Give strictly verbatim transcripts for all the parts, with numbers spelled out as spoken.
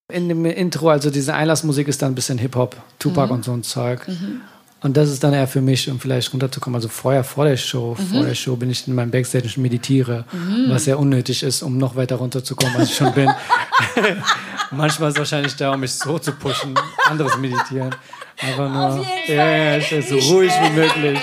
In dem Intro, also diese Einlassmusik ist dann ein bisschen Hip-Hop, Tupac mhm. und so ein Zeug. Mhm. Und das ist dann eher für mich, um vielleicht runterzukommen. Also vorher, vor der Show, mhm. vor der Show bin ich in meinem Backstage und meditiere, mhm. was sehr unnötig ist, um noch weiter runterzukommen, als ich schon bin. Manchmal ist es wahrscheinlich da, um mich so zu pushen, anderes meditieren. Einfach nur, auf jeden ja, Fall. ja, ich so ruhig wie möglich.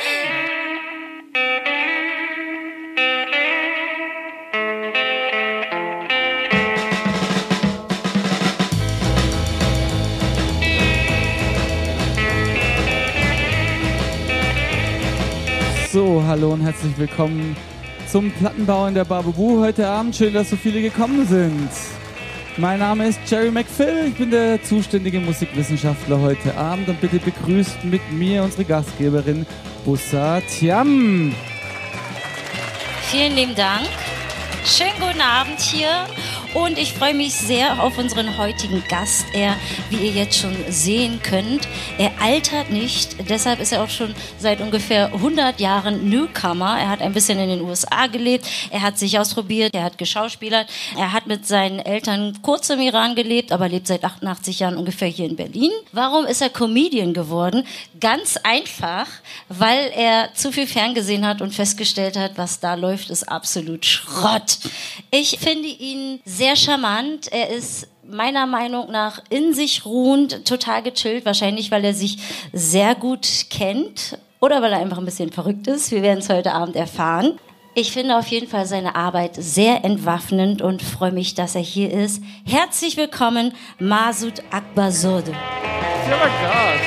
So, hallo und herzlich willkommen zum Plattenbau in der Babubu heute Abend. Schön, dass so viele gekommen sind. Mein Name ist Jerry McPhill, ich bin der zuständige Musikwissenschaftler heute Abend und bitte begrüßt mit mir unsere Gastgeberin Bussa Thiam. Vielen lieben Dank. Schönen guten Abend hier. Und ich freue mich sehr auf unseren heutigen Gast. Er, wie ihr jetzt schon sehen könnt, er altert nicht. Deshalb ist er auch schon seit ungefähr hundert Jahren Newcomer. Er hat ein bisschen in den U S A gelebt. Er hat sich ausprobiert. Er hat geschauspielert. Er hat mit seinen Eltern kurz im Iran gelebt, aber lebt seit achtundachtzig Jahren ungefähr hier in Berlin. Warum ist er Comedian geworden? Ganz einfach, weil er zu viel Ferngesehen hat und festgestellt hat, was da läuft, ist absolut Schrott. Ich finde ihn sehr Sehr charmant. Er ist meiner Meinung nach in sich ruhend, total gechillt. Wahrscheinlich, weil er sich sehr gut kennt oder weil er einfach ein bisschen verrückt ist. Wir werden es heute Abend erfahren. Ich finde auf jeden Fall seine Arbeit sehr entwaffnend und freue mich, dass er hier ist. Herzlich willkommen, Masoud Akbarzodeh. Ja, mein Gott.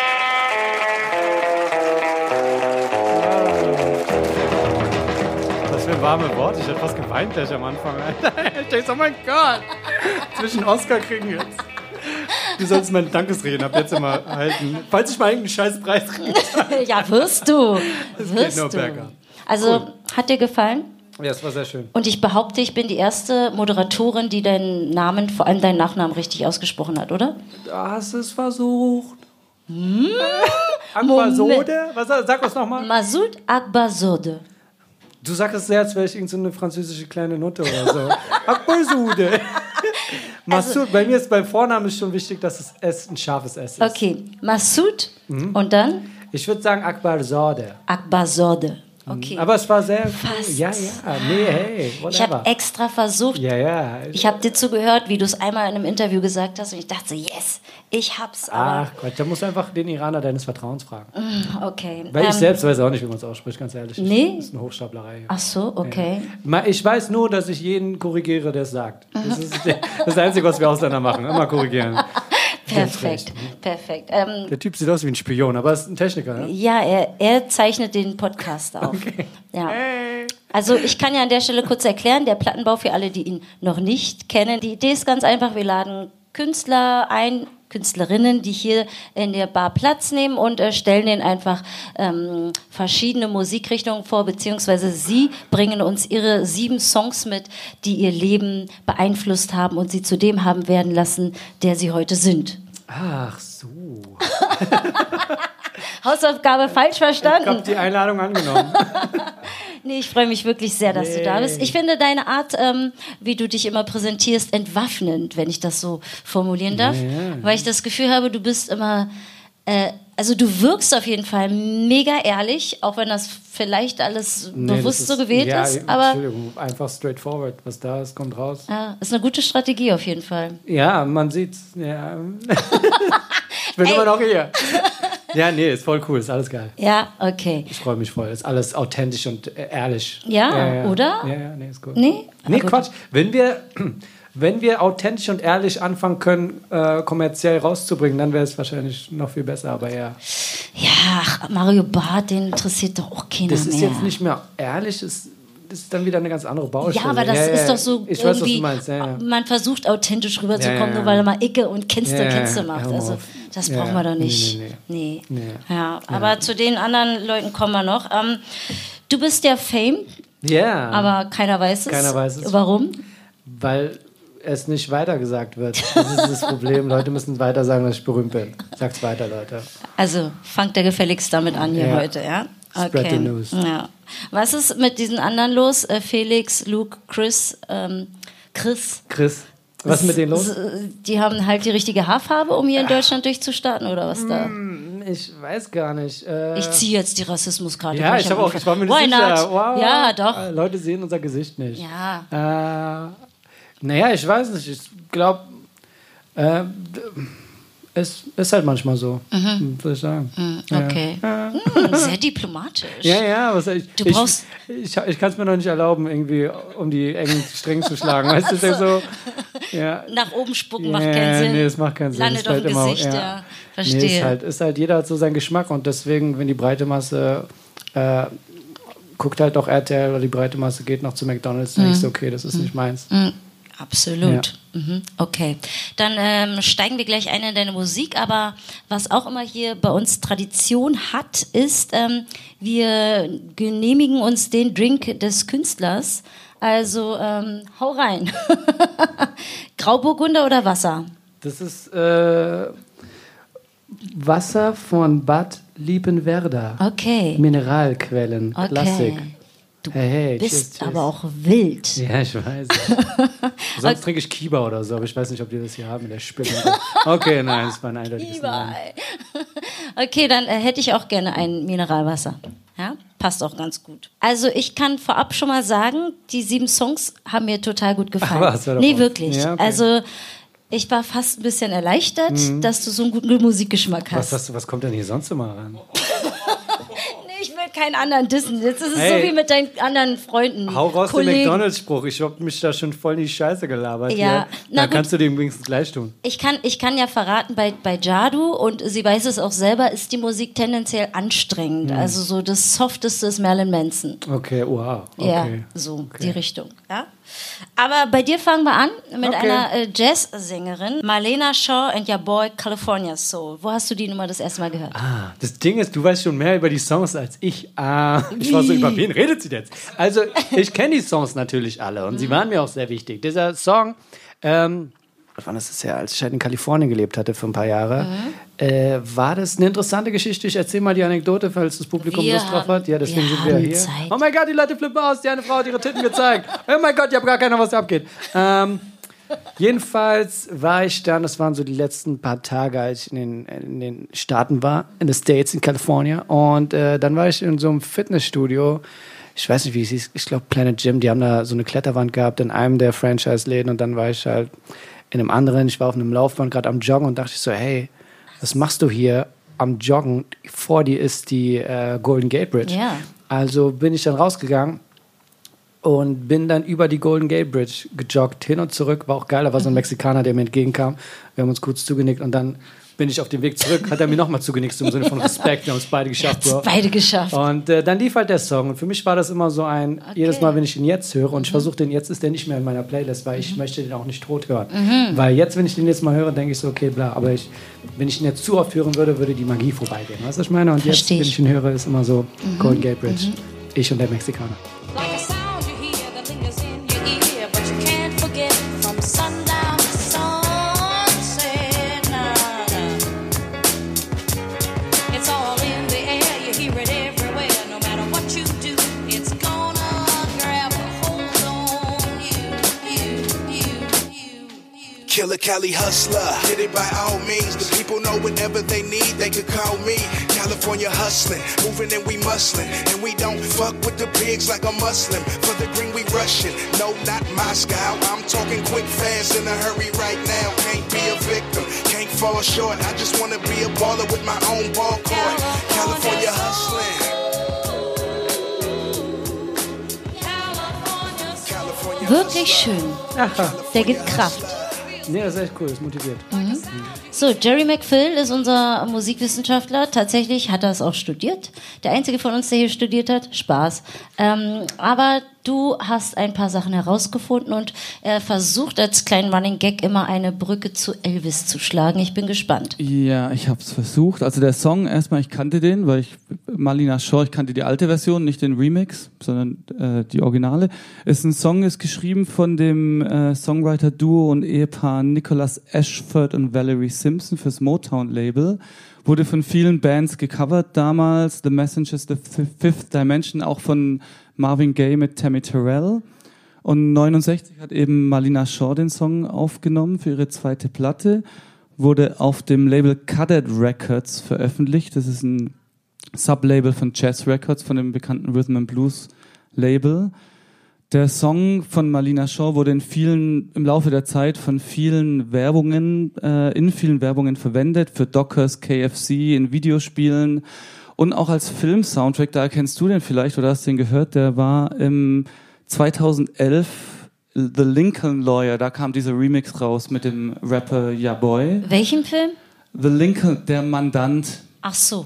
Warme Worte. Ich hätte fast geweint gleich am Anfang. Ich dachte, oh mein Gott. Zwischen Oscar kriegen jetzt. Du sollst meine Dankesreden ab jetzt immer halten. Falls ich mal irgendeinen scheiß Preis kriege. Ja, wirst du. Das wirst geht nur du. bergab. Also, cool. Hat dir gefallen? Ja, es war sehr schön. Und ich behaupte, ich bin die erste Moderatorin, die deinen Namen, vor allem deinen Nachnamen, richtig ausgesprochen hat, oder? Du hast es versucht. Hm? Akbarzodeh? Was, sag was nochmal. Masoud Akbarzodeh. Du sagst es sehr, als wäre ich irgendeine so französische kleine Nutte oder so. Akbarzodeh. Masoud, also, bei mir ist beim Vornamen ist schon wichtig, dass das S ein scharfes S ist. Okay, Masoud mhm. und dann? Ich würde sagen Akbarzodeh. Akbarzodeh. Okay. Aber es war sehr... Fast. Ja, ja, nee, hey, whatever. Ich habe extra versucht. Ja, ja. Ich habe dir zugehört, wie du es einmal in einem Interview gesagt hast und ich dachte so, yes, ich hab's. Aber ach Gott, da musst du einfach den Iraner deines Vertrauens fragen. Okay. Weil ähm, ich selbst weiß auch nicht, wie man es ausspricht, ganz ehrlich. Nee? Das ist eine Hochstaplerei. Ach so, okay. Ja. Ich weiß nur, dass ich jeden korrigiere, der es sagt. Das ist das Einzige, was wir Ausländer machen. Immer korrigieren. Perfekt, perfekt. Ähm, Der Typ sieht aus wie ein Spion, aber er ist ein Techniker, ne? Ja, er, er zeichnet den Podcast auf. Okay. Ja. Also ich kann ja an der Stelle kurz erklären, der Plattenbau für alle, die ihn noch nicht kennen. Die Idee ist ganz einfach, wir laden Künstler ein, Künstlerinnen, die hier in der Bar Platz nehmen und äh, stellen denen einfach ähm, verschiedene Musikrichtungen vor, beziehungsweise sie bringen uns ihre sieben Songs mit, die ihr Leben beeinflusst haben und sie zu dem haben werden lassen, der sie heute sind. Ach so. Hausaufgabe falsch verstanden. Ich habe die Einladung angenommen. Nee, ich freue mich wirklich sehr, dass nee. du da bist. Ich finde deine Art, ähm, wie du dich immer präsentierst, entwaffnend, wenn ich das so formulieren darf. Ja, ja. Weil ich das Gefühl habe, du bist immer, äh, also du wirkst auf jeden Fall mega ehrlich, auch wenn das vielleicht alles nee, bewusst ist, so gewählt ja, ist. Aber Entschuldigung, einfach straightforward. Was da ist, kommt raus. Ja, ist eine gute Strategie auf jeden Fall. Ja, man sieht's. Ja. Ich bin Ey. immer noch hier. Ja, nee, ist voll cool, ist alles geil. Ja, okay. Ich freue mich voll, ist alles authentisch und ehrlich. Ja, ja, ja. oder? Ja, ja, nee, ist gut. Nee? Nee, gut. Quatsch. Wenn wir, wenn wir authentisch und ehrlich anfangen können, äh, kommerziell rauszubringen, dann wäre es wahrscheinlich noch viel besser, aber ja. Ja, ach, Mario Barth, den interessiert doch auch keiner mehr. Das ist mehr. jetzt nicht mehr ehrlich, ist... Das ist dann wieder eine ganz andere Baustelle. Ja, aber das ja, ist ja, doch so ich irgendwie, weiß, was du meinst. Ja, ja. Man versucht authentisch rüberzukommen, ja, ja. nur weil er mal Icke und Kennste, ja, ja. Kennste macht. Ja, also das ja, brauchen wir doch nicht. Nee, nee, nee. nee. nee. Ja, aber ja. zu den anderen Leuten kommen wir noch. Ähm, du bist ja Fame, ja. aber keiner weiß es. Keiner weiß es. Warum? Weil es nicht weitergesagt wird. Das ist das Problem. Leute müssen weiter sagen, dass ich berühmt bin. Sagt's weiter, Leute. Also fangt der gefälligst damit an hier ja. heute, ja? Spread okay. the news. Ja. Was ist mit diesen anderen los? Äh, Felix, Luke, Chris, ähm, Chris? Chris. Was ist mit denen los? Die haben halt die richtige Haarfarbe, um hier in Deutschland durchzustarten, oder was da? Ich weiß gar nicht. Äh ich ziehe jetzt die Rassismuskarte. Ja, ich, auch, ich war mir nicht Why sicher. Not? Wow. Ja, doch. Leute sehen unser Gesicht nicht. Ja. Äh, naja, ich weiß nicht. Ich glaube, äh, es ist halt manchmal so, mhm. würde ich sagen. Mhm, okay. Ja. Mhm, sehr diplomatisch. Ja, ja. Was, ich du brauchst ich, ich, ich kann es mir noch nicht erlauben, irgendwie um die engen Stränge zu schlagen. Weißt du, so. so ja. Nach oben spucken ja, macht keinen Sinn. Nee, das macht keinen Sinn. Landet auf halt dem immer, Gesicht, ja. ja. Verstehe. Nee, ist, halt, ist halt, jeder hat so seinen Geschmack und deswegen, wenn die breite Masse äh, guckt halt auch R T L oder die breite Masse geht noch zu McDonald's, dann mhm. denkst du, okay, das ist mhm. nicht meins. Mhm. Absolut. Ja. Mhm. Okay. Dann ähm, steigen wir gleich ein in deine Musik, aber was auch immer hier bei uns Tradition hat, ist, ähm, wir genehmigen uns den Drink des Künstlers. Also ähm, hau rein. Grauburgunder oder Wasser? Das ist äh, Wasser von Bad Liebenwerda. Okay. Mineralquellen, okay. Klassik. Du hey, hey, bist cheers, cheers. aber auch wild. Ja, ich weiß. Sonst okay. trinke ich Kiba oder so, aber ich weiß nicht, ob die das hier haben in der Spinne. Okay, nein, das war ein eindeutiges Nein. Okay, dann äh, hätte ich auch gerne ein Mineralwasser. Ja, passt auch ganz gut. Also ich kann vorab schon mal sagen, die sieben Songs haben mir total gut gefallen. Ach, was, nee, wirklich. Ja, okay. Also ich war fast ein bisschen erleichtert, mhm. dass du so einen guten Musikgeschmack hast. Was, hast du, was kommt denn hier sonst immer ran? Ich will keinen anderen dissen. Jetzt ist es hey, so wie mit deinen anderen Freunden. Hau raus Kollegen. den McDonalds-Spruch. Ich hab mich da schon voll in die Scheiße gelabert. Ja, da kannst du dem wenigstens gleich tun. Ich kann, ich kann ja verraten, bei, bei Jadu, und sie weiß es auch selber, ist die Musik tendenziell anstrengend. Mhm. Also so das Softeste ist Marilyn Manson. Okay, wow. Okay. Ja, so okay. die Richtung. Ja? Aber bei dir fangen wir an mit okay. einer äh, Jazzsängerin, Marlena Shaw and Your Boy California Soul. Wo hast du die Nummer das erste Mal gehört? Ah, das Ding ist, du weißt schon mehr über die Songs als ich. Ah, ich war so, über wen redet sie jetzt? Also, ich kenne die Songs natürlich alle und mhm. sie waren mir auch sehr wichtig. Dieser Song, ähm, wann ist das her, als ich halt in Kalifornien gelebt hatte für ein paar Jahre, mhm. äh, war das eine interessante Geschichte. Ich erzähle mal die Anekdote, falls das Publikum wir Lust drauf hat. Ja, deswegen wir sind wir hier. Zeit. Oh mein Gott, die Leute flippen aus, die eine Frau hat ihre Titten gezeigt. Oh mein Gott, ich habe gar keine Ahnung, was da abgeht. Ähm, jedenfalls war ich dann, das waren so die letzten paar Tage, als ich in den, in den Staaten war, in den States, in Kalifornien. Und äh, dann war ich in so einem Fitnessstudio. Ich weiß nicht, wie es hieß. Ich glaube, Planet Gym. Die haben da so eine Kletterwand gehabt in einem der Franchise-Läden. Und dann war ich halt in einem anderen. Ich war auf einem Laufband gerade am Joggen und dachte ich so, hey, was machst du hier am Joggen? Vor dir ist die äh, Golden Gate Bridge. Ja. Also bin ich dann rausgegangen und bin dann über die Golden Gate Bridge gejoggt, hin und zurück. War auch geil, da war so ein Mexikaner, der mir entgegenkam. Wir haben uns kurz zugenickt und dann bin ich auf dem Weg zurück, hat er mir nochmal zugenickt, im Sinne von Respekt. Wir haben es beide geschafft, Bro. Beide geschafft. Und äh, dann lief halt der Song. Und für mich war das immer so ein, okay. jedes Mal, wenn ich ihn jetzt höre, und ich versuche den, jetzt ist der nicht mehr in meiner Playlist, weil ich mhm. möchte den auch nicht tot hören. Mhm. Weil jetzt, wenn ich den jetzt mal höre, denke ich so, okay, bla. Aber ich, wenn ich ihn jetzt zu oft hören würde, würde die Magie vorbeigehen. Weißt du, was ich meine? Und Versteh jetzt, ich. wenn ich ihn höre, ist immer so mhm. Golden Gate Bridge. Mhm. Ich und der Mexikaner. Killer Cali hustler, hit it by all means. The people know whatever they need, they could call me. California hustling, moving and we muscling. And we don't fuck with the pigs like a Muslim. For the green we rushing, no not Moscow. I'm talking quick, fast, in a hurry right now. Can't be a victim, can't fall short. I just wanna be a baller with my own ball court. California hustling. Wirklich schön. Aha. Der gibt Kraft. Ja, das ist echt cool, das motiviert. Mhm. So, Jerry McPhill ist unser Musikwissenschaftler. Tatsächlich hat er es auch studiert. Der einzige von uns, der hier studiert hat. Spaß. Ähm, aber du hast ein paar Sachen herausgefunden und er versucht als kleinen Running Gag immer eine Brücke zu Elvis zu schlagen. Ich bin gespannt. Ja, ich habe es versucht. Also der Song, erstmal, ich kannte den, weil ich, Marlena Shaw, ich kannte die alte Version, nicht den Remix, sondern äh, die Originale. Ist ein Song, ist geschrieben von dem äh, Songwriter-Duo und Ehepaar Nicholas Ashford und Valerie Simpson fürs Motown-Label. Wurde von vielen Bands gecovert damals. The Messengers, The Fifth Dimension, auch von Marvin Gaye mit Tammy Terrell. Und neunundsechzig hat eben Marlena Shaw den Song aufgenommen für ihre zweite Platte, wurde auf dem Label Cadet Records veröffentlicht. Das ist ein Sublabel von Jazz Records, von dem bekannten Rhythm and Blues Label. Der Song von Marlena Shaw wurde in vielen, im Laufe der Zeit von vielen Werbungen, äh, in vielen Werbungen verwendet, für Dockers, K F C, in Videospielen und auch als Film-Soundtrack. Da kennst du den vielleicht oder hast den gehört, der war im zweitausendelf The Lincoln Lawyer, da kam dieser Remix raus mit dem Rapper Ya Boy. Welchen Film? The Lincoln, der Mandant. Ach so.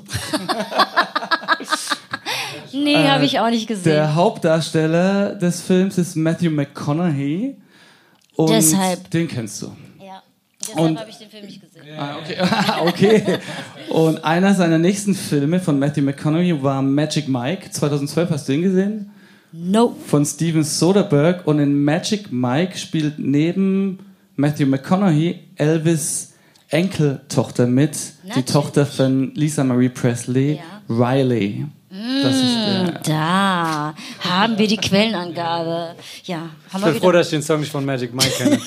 Nee, äh, habe ich auch nicht gesehen. Der Hauptdarsteller des Films ist Matthew McConaughey. Und deshalb. Den kennst du. Ja, deshalb habe ich den Film nicht gesehen. Ah, okay. okay. Und einer seiner nächsten Filme von Matthew McConaughey war Magic Mike. zweitausendzwölf, hast du ihn gesehen? No. Von Steven Soderbergh. Und in Magic Mike spielt neben Matthew McConaughey Elvis' Enkeltochter mit. Natürlich. Die Tochter von Lisa Marie Presley, ja. Riley. Das ist der. Da haben wir die Quellenangabe. Ja, haben ich wir bin froh, dass ich den Song nicht von Magic Mike kenne.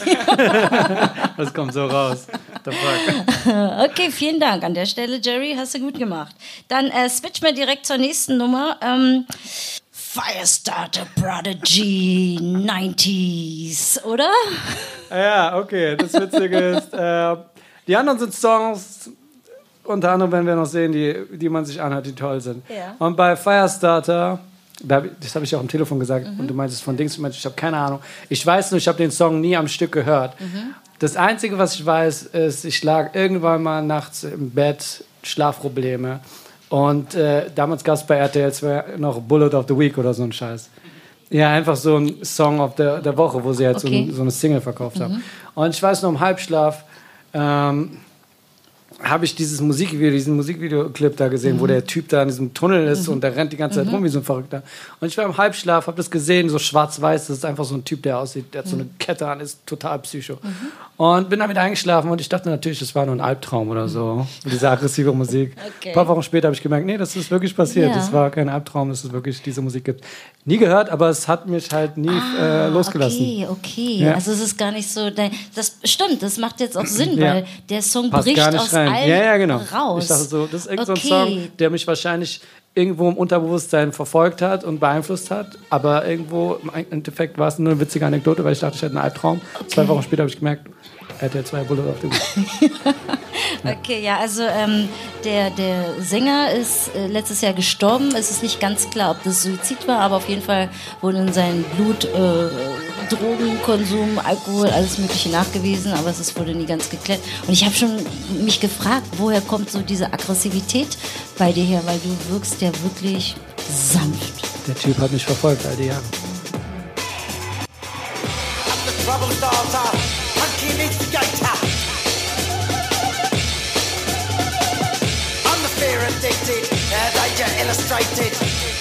Das kommt so raus. Okay, vielen Dank an der Stelle, Jerry. Hast du gut gemacht. Dann äh, switchen wir direkt zur nächsten Nummer. Ähm, Firestarter Prodigy neunziger, oder? Ja, okay. Das Witzige ist, äh, die anderen sind Songs, unter anderem werden wir noch sehen, die, die man sich anhört, die toll sind. Ja. Und bei Firestarter, das habe ich auch am Telefon gesagt, mhm. und du meintest von Dings, ich habe keine Ahnung. Ich weiß nur, ich habe den Song nie am Stück gehört. Mhm. Das Einzige, was ich weiß, ist, ich lag irgendwann mal nachts im Bett, Schlafprobleme. Und äh, damals gab es bei R T L zwei noch Bullet of the Week oder so ein Scheiß. Ja, einfach so ein Song of der, der Woche, wo sie halt okay. so, so eine Single verkauft mhm. haben. Und ich weiß noch, im Halbschlaf ähm, habe ich dieses Musikvideo, diesen Musikvideoclip da gesehen, mhm. wo der Typ da in diesem Tunnel ist mhm. und der rennt die ganze Zeit mhm. rum wie so ein Verrückter. Und ich war im Halbschlaf, habe das gesehen, so schwarz-weiß, das ist einfach so ein Typ, der aussieht, der hat so eine Kette an, ist total psycho. Mhm. Und bin dann wieder eingeschlafen und ich dachte natürlich, das war nur ein Albtraum oder so, diese aggressive Musik. Okay. Ein paar Wochen später habe ich gemerkt, nee, das ist wirklich passiert, ja. das war kein Albtraum, dass es wirklich diese Musik gibt. Nie gehört, aber es hat mich halt nie ah, äh, losgelassen. Okay, okay, ja. also es ist gar nicht so, das stimmt, das macht jetzt auch Sinn, ja. weil der Song Passt bricht aus rein. allem ja, ja, genau. raus. Ich dachte so, das ist irgendein okay. so ein Song, der mich wahrscheinlich irgendwo im Unterbewusstsein verfolgt hat und beeinflusst hat, aber irgendwo im Endeffekt war es nur eine witzige Anekdote, weil ich dachte, ich hätte einen Albtraum. Okay. Zwei Wochen später habe ich gemerkt, er hat ja zwei Bullet auf dem ja. Okay, ja, also ähm, der, der Sänger ist äh, letztes Jahr gestorben. Es ist nicht ganz klar, ob das Suizid war, aber auf jeden Fall wurde in seinem Blut äh, Drogenkonsum, Alkohol, alles Mögliche nachgewiesen, aber es wurde nie ganz geklärt. Und ich habe schon mich gefragt, woher kommt so diese Aggressivität bei dir her, weil du wirkst ja wirklich sanft. Der Typ hat mich verfolgt all die Jahre. Addicted, uh, danger illustrated.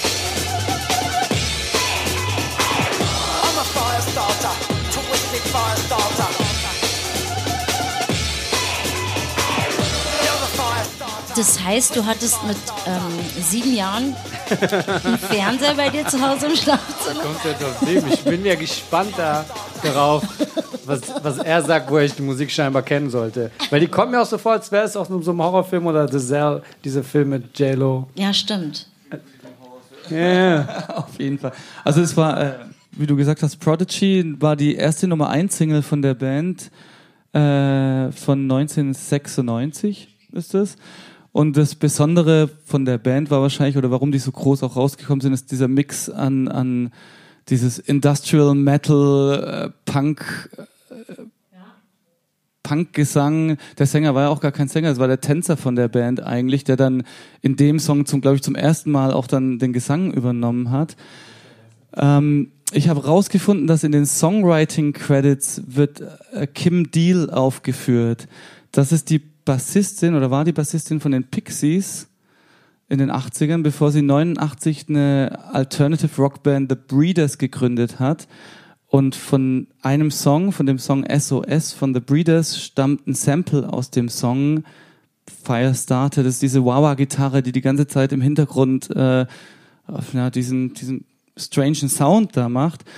I'm a fire starter, twisted fire starter. You're the fire starter. Das heißt, du hattest mit ähm, sieben Jahren einen Fernseher bei dir zu Hause im Schlafzimmer? Kommt jetzt auf sieben. Ich bin ja gespannt da, darauf, was, was er sagt, wo ich die Musik scheinbar kennen sollte. Weil die kommt mir auch so vor, als wäre es aus so einem Horrorfilm oder The Cell, diese Film mit J-Lo. Ja, stimmt. Ja, yeah. Auf jeden Fall. Also es war, äh, wie du gesagt hast, Prodigy war die erste Nummer eins Single von der Band äh, von neunzehnhundertsechsundneunzig ist das. Und das Besondere von der Band war wahrscheinlich, oder warum die so groß auch rausgekommen sind, ist dieser Mix an, an dieses Industrial Metal, äh, Punk, äh, ja. Punk-Gesang. Der Sänger war ja auch gar kein Sänger, es war der Tänzer von der Band eigentlich, der dann in dem Song, zum, glaube ich, zum ersten Mal auch dann den Gesang übernommen hat. Ähm, ich habe rausgefunden, dass in den Songwriting-Credits wird äh, Kim Deal aufgeführt. Das ist die Bassistin oder war die Bassistin von den Pixies in den achtzigern, bevor sie neunundachtzig eine Alternative Rockband The Breeders gegründet hat. Und von einem Song, von dem Song S O S von The Breeders, stammt ein Sample aus dem Song Firestarter. Das ist diese Wah-Wah-Gitarre, die die ganze Zeit im Hintergrund äh, ja, diesen, diesen strangen Sound da macht.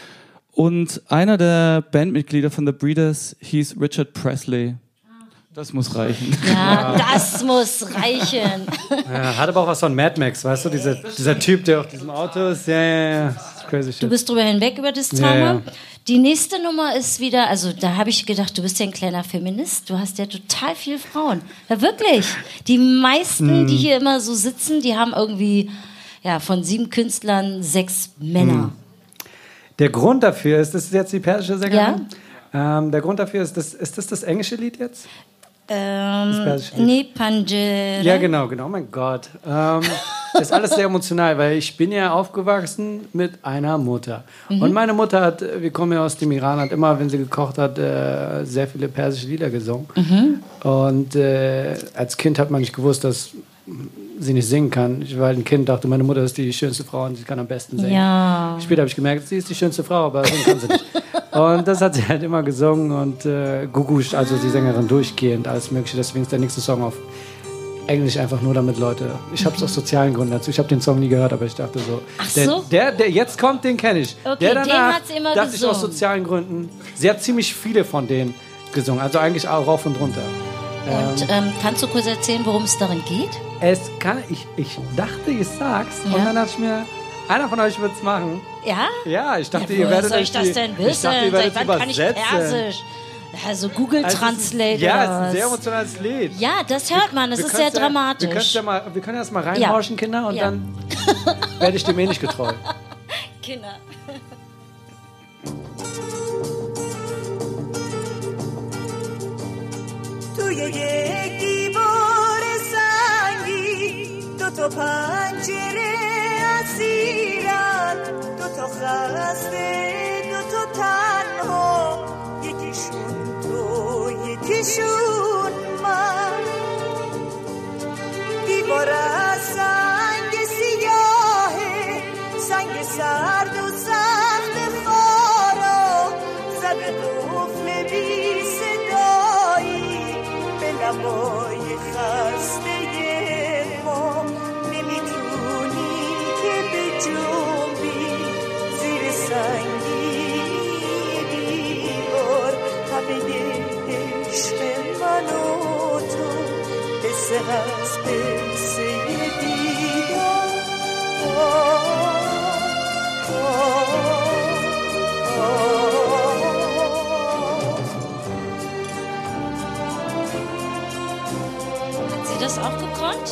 Und einer der Bandmitglieder von The Breeders hieß Richard Presley. Das muss reichen. Ja, das muss reichen. Ja, hat aber auch was von Mad Max, weißt du? Dieser, dieser Typ, der auf diesem Auto ist. Ja, ja, ja. Das ist crazy shit. Du bist drüber hinweg über das Trauma. Ja, ja. Die nächste Nummer ist wieder, also da habe ich gedacht, du bist ja ein kleiner Feminist. Du hast ja total viele Frauen. Ja, wirklich. Die meisten, Mhm. die hier immer so sitzen, die haben irgendwie ja, von sieben Künstlern sechs Männer. Mhm. Der Grund dafür ist, das ist jetzt die persische Sängerin? Ja. Ähm, der Grund dafür ist, das, ist das das englische Lied jetzt? Ähm, nee, Panjere. Ja, genau, genau. Oh mein Gott. Ähm, das ist alles sehr emotional, weil ich bin ja aufgewachsen mit einer Mutter. Mhm. Und meine Mutter hat, wir kommen ja aus dem Iran, hat immer, wenn sie gekocht hat, äh, sehr viele persische Lieder gesungen. Mhm. Und äh, als Kind hat man nicht gewusst, dass sie nicht singen kann. Ich war halt ein Kind, dachte, meine Mutter ist die schönste Frau und sie kann am besten singen. Ja. Später habe ich gemerkt, sie ist die schönste Frau, aber singen kann sie nicht. Und das hat sie halt immer gesungen und äh, Gugusch, also die Sängerin, durchgehend, alles Mögliche. Deswegen ist der nächste Song auf Englisch einfach nur, damit Leute... Ich habe es aus sozialen Gründen dazu. Ich habe den Song nie gehört, aber ich dachte so... Ach der, so? Der, der jetzt kommt, den kenne ich. Okay, der danach, den hat sie immer dachte gesungen. ich aus sozialen Gründen. Sie hat ziemlich viele von denen gesungen, also eigentlich auch rauf und runter. Und ähm, kannst du kurz erzählen, worum es darin geht? Es kann... Ich, ich dachte, ich sag's. Ja. Und dann dachte ich mir, einer von euch wird's machen. Ja? Ja, ich dachte, Ja, ihr woher werdet soll euch ich das die, denn Ich wissen? dachte, ihr werdet Seit wann kann ich übersetzen. Persisch? Also Google Also es Translate ist, ja, oder es ist ein was? sehr emotionales Lied. Ja, das hört man, das Wir ist sehr können's ja, dramatisch. Wir, können's ja mal, wir können erst mal reinhorchen, Ja. Kinder, und Ja. dann werde ich dem eh nicht getreu. Kinder. توی یک دیوار سنگی دو تا پنجره اسیرن دو تا خسته دو تا تنها یکیشون تو یکیشون من دیوار از سنگ سیاهه سنگ سرد و سخت خارا زده قفل بی صدایی به لبای خسته ما نمیتونی که به جنبی زیر سنگی دیوار همه عشق من و تو قصه هست قصه دیدار آه آه Hat sie das auch gekonnt?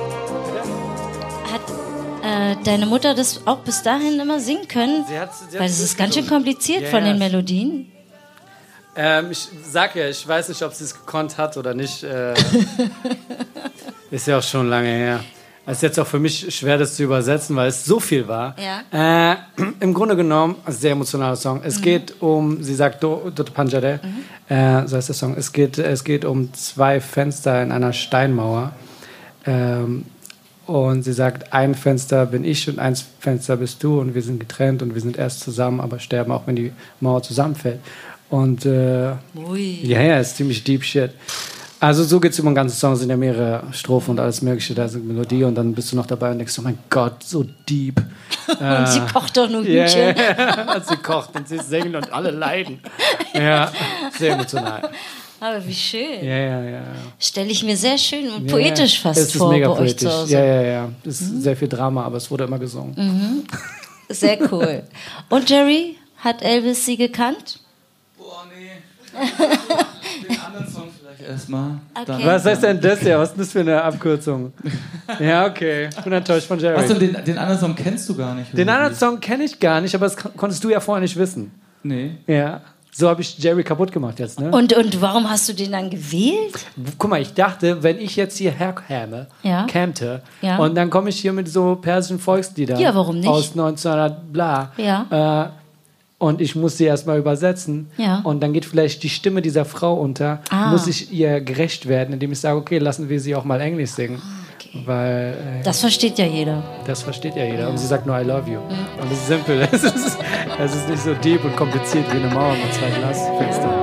Hat äh, deine Mutter das auch bis dahin immer singen können? Sie hat- sie hat Weil es ist ganz schön gesungen. kompliziert Ja, von ja. den Melodien. Ähm, ich sag ja, ich weiß nicht, ob sie es gekonnt hat oder nicht. Äh, ist ja auch schon lange her. Es ist jetzt auch für mich schwer, das zu übersetzen, weil es so viel war. Ja. Äh, Im Grunde genommen, ein sehr emotionaler Song. Es Mhm. geht um, sie sagt Do, Do Panjare, Mhm. äh, so heißt der Song. Es geht, es geht um zwei Fenster in einer Steinmauer. Ähm, und sie sagt, ein Fenster bin ich und ein Fenster bist du und wir sind getrennt und wir sind erst zusammen, aber sterben auch, wenn die Mauer zusammenfällt. Und äh, Ui. ja, ja, ist ziemlich deep shit. Also so geht es über den ganzen Song, es sind ja mehrere Strophen und alles mögliche, da ist eine Melodie und dann bist du noch dabei und denkst, oh mein Gott, so deep. Und sie kocht doch nur Ja, Hühnchen. ja, ja. Sie kocht und sie singen und alle leiden. Ja, sehr emotional. Aber wie schön. Ja, ja, ja. Stelle ich mir sehr schön und Ja, poetisch ja. fast Es ist vor mega bei euch poetisch. zu Hause. Ja, ja, ja. Es ist sehr viel Drama, aber es wurde immer gesungen. Mhm. Sehr cool. Und Jerry, hat Elvis sie gekannt? Boah, nee. Den anderen Song vielleicht erstmal. Okay. Was heißt denn das ja? Was ist das für eine Abkürzung? Ja, okay. Ich bin enttäuscht von Jerry. Achso, den, den anderen Song kennst du gar nicht. Den anderen Song kenne ich gar nicht, aber das kon- konntest du ja vorher nicht wissen. Nee. Ja. So habe ich Jerry kaputt gemacht jetzt, ne? Und, und warum hast du den dann gewählt? Guck mal, ich dachte, wenn ich jetzt hierher käme, Ja. kämte, Ja. und dann komme ich hier mit so persischen Volksliedern Ja, warum nicht? aus neunzehnhundert bla. Ja. Äh, und ich muss sie erstmal übersetzen. Ja. Und dann geht vielleicht die Stimme dieser Frau unter. Ah. Muss ich ihr gerecht werden, indem ich sage, okay, lassen wir sie auch mal Englisch singen. Okay. Weil äh, Das versteht ja jeder. das versteht ja jeder. Und sie sagt nur I love you. Und es ist simpel. Es ist, es ist nicht so deep und kompliziert wie eine Mauer mit zwei Glasfenstern.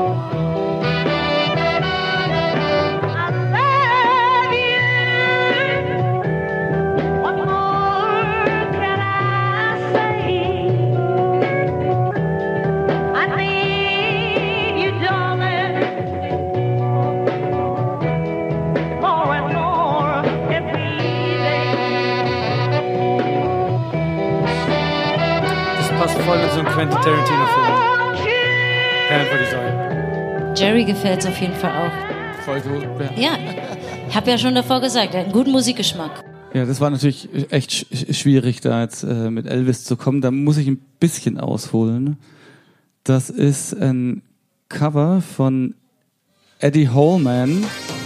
so ein Quentin Tarantino-Film. Ja, würde ich sagen. Jerry gefällt es auf jeden Fall auch. Voll so. Ja. Ja, ich habe ja schon davor gesagt, er hat einen guten Musikgeschmack. Ja, das war natürlich echt sch- schwierig, da jetzt äh, mit Elvis zu kommen. Da muss ich ein bisschen ausholen. Das ist ein Cover von Eddie Holman.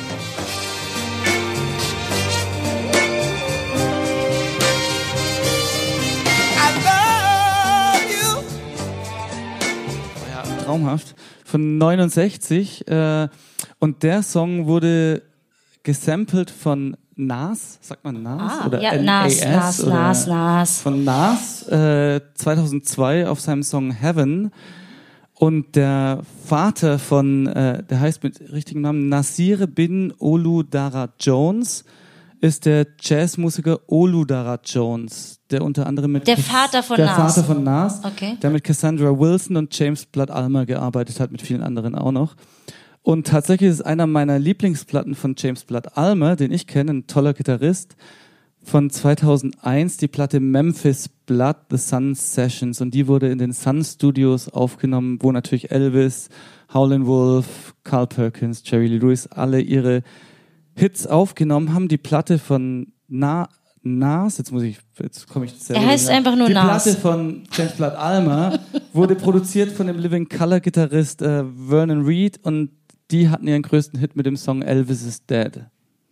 Ja, traumhaft. Von neunundsechzig. Äh, und der Song wurde gesampelt von Nas, sagt man Nas? Ah, oder ja, N A S? Nas, Nas, oder Nas, Nas. Von Nas äh, zweitausendzwei auf seinem Song Heaven. Und der Vater von, äh, der heißt mit richtigem Namen Nasir bin Oludara Jones, ist der Jazzmusiker Oludara Jones, der unter anderem mit Der Vater von der Nas. Vater von Nas, Okay. der mit Cassandra Wilson und James Blood Ulmer gearbeitet hat, mit vielen anderen auch noch. Und tatsächlich ist einer meiner Lieblingsplatten von James Blood Ulmer, den ich kenne, ein toller Gitarrist, von zweitausendeins, die Platte Memphis Blood, The Sun Sessions. Und die wurde in den Sun Studios aufgenommen, wo natürlich Elvis, Howlin' Wolf, Carl Perkins, Jerry Lee Lewis alle ihre Hits aufgenommen haben. Die Platte von Na, Nas, jetzt muss ich, jetzt komme ich selber Er heißt nicht nach. einfach nur Die Nas. Platte von James Blood Ulmer wurde produziert von dem Living Colour Gitarrist äh, Vernon Reid, und die hatten ihren größten Hit mit dem Song Elvis is Dead.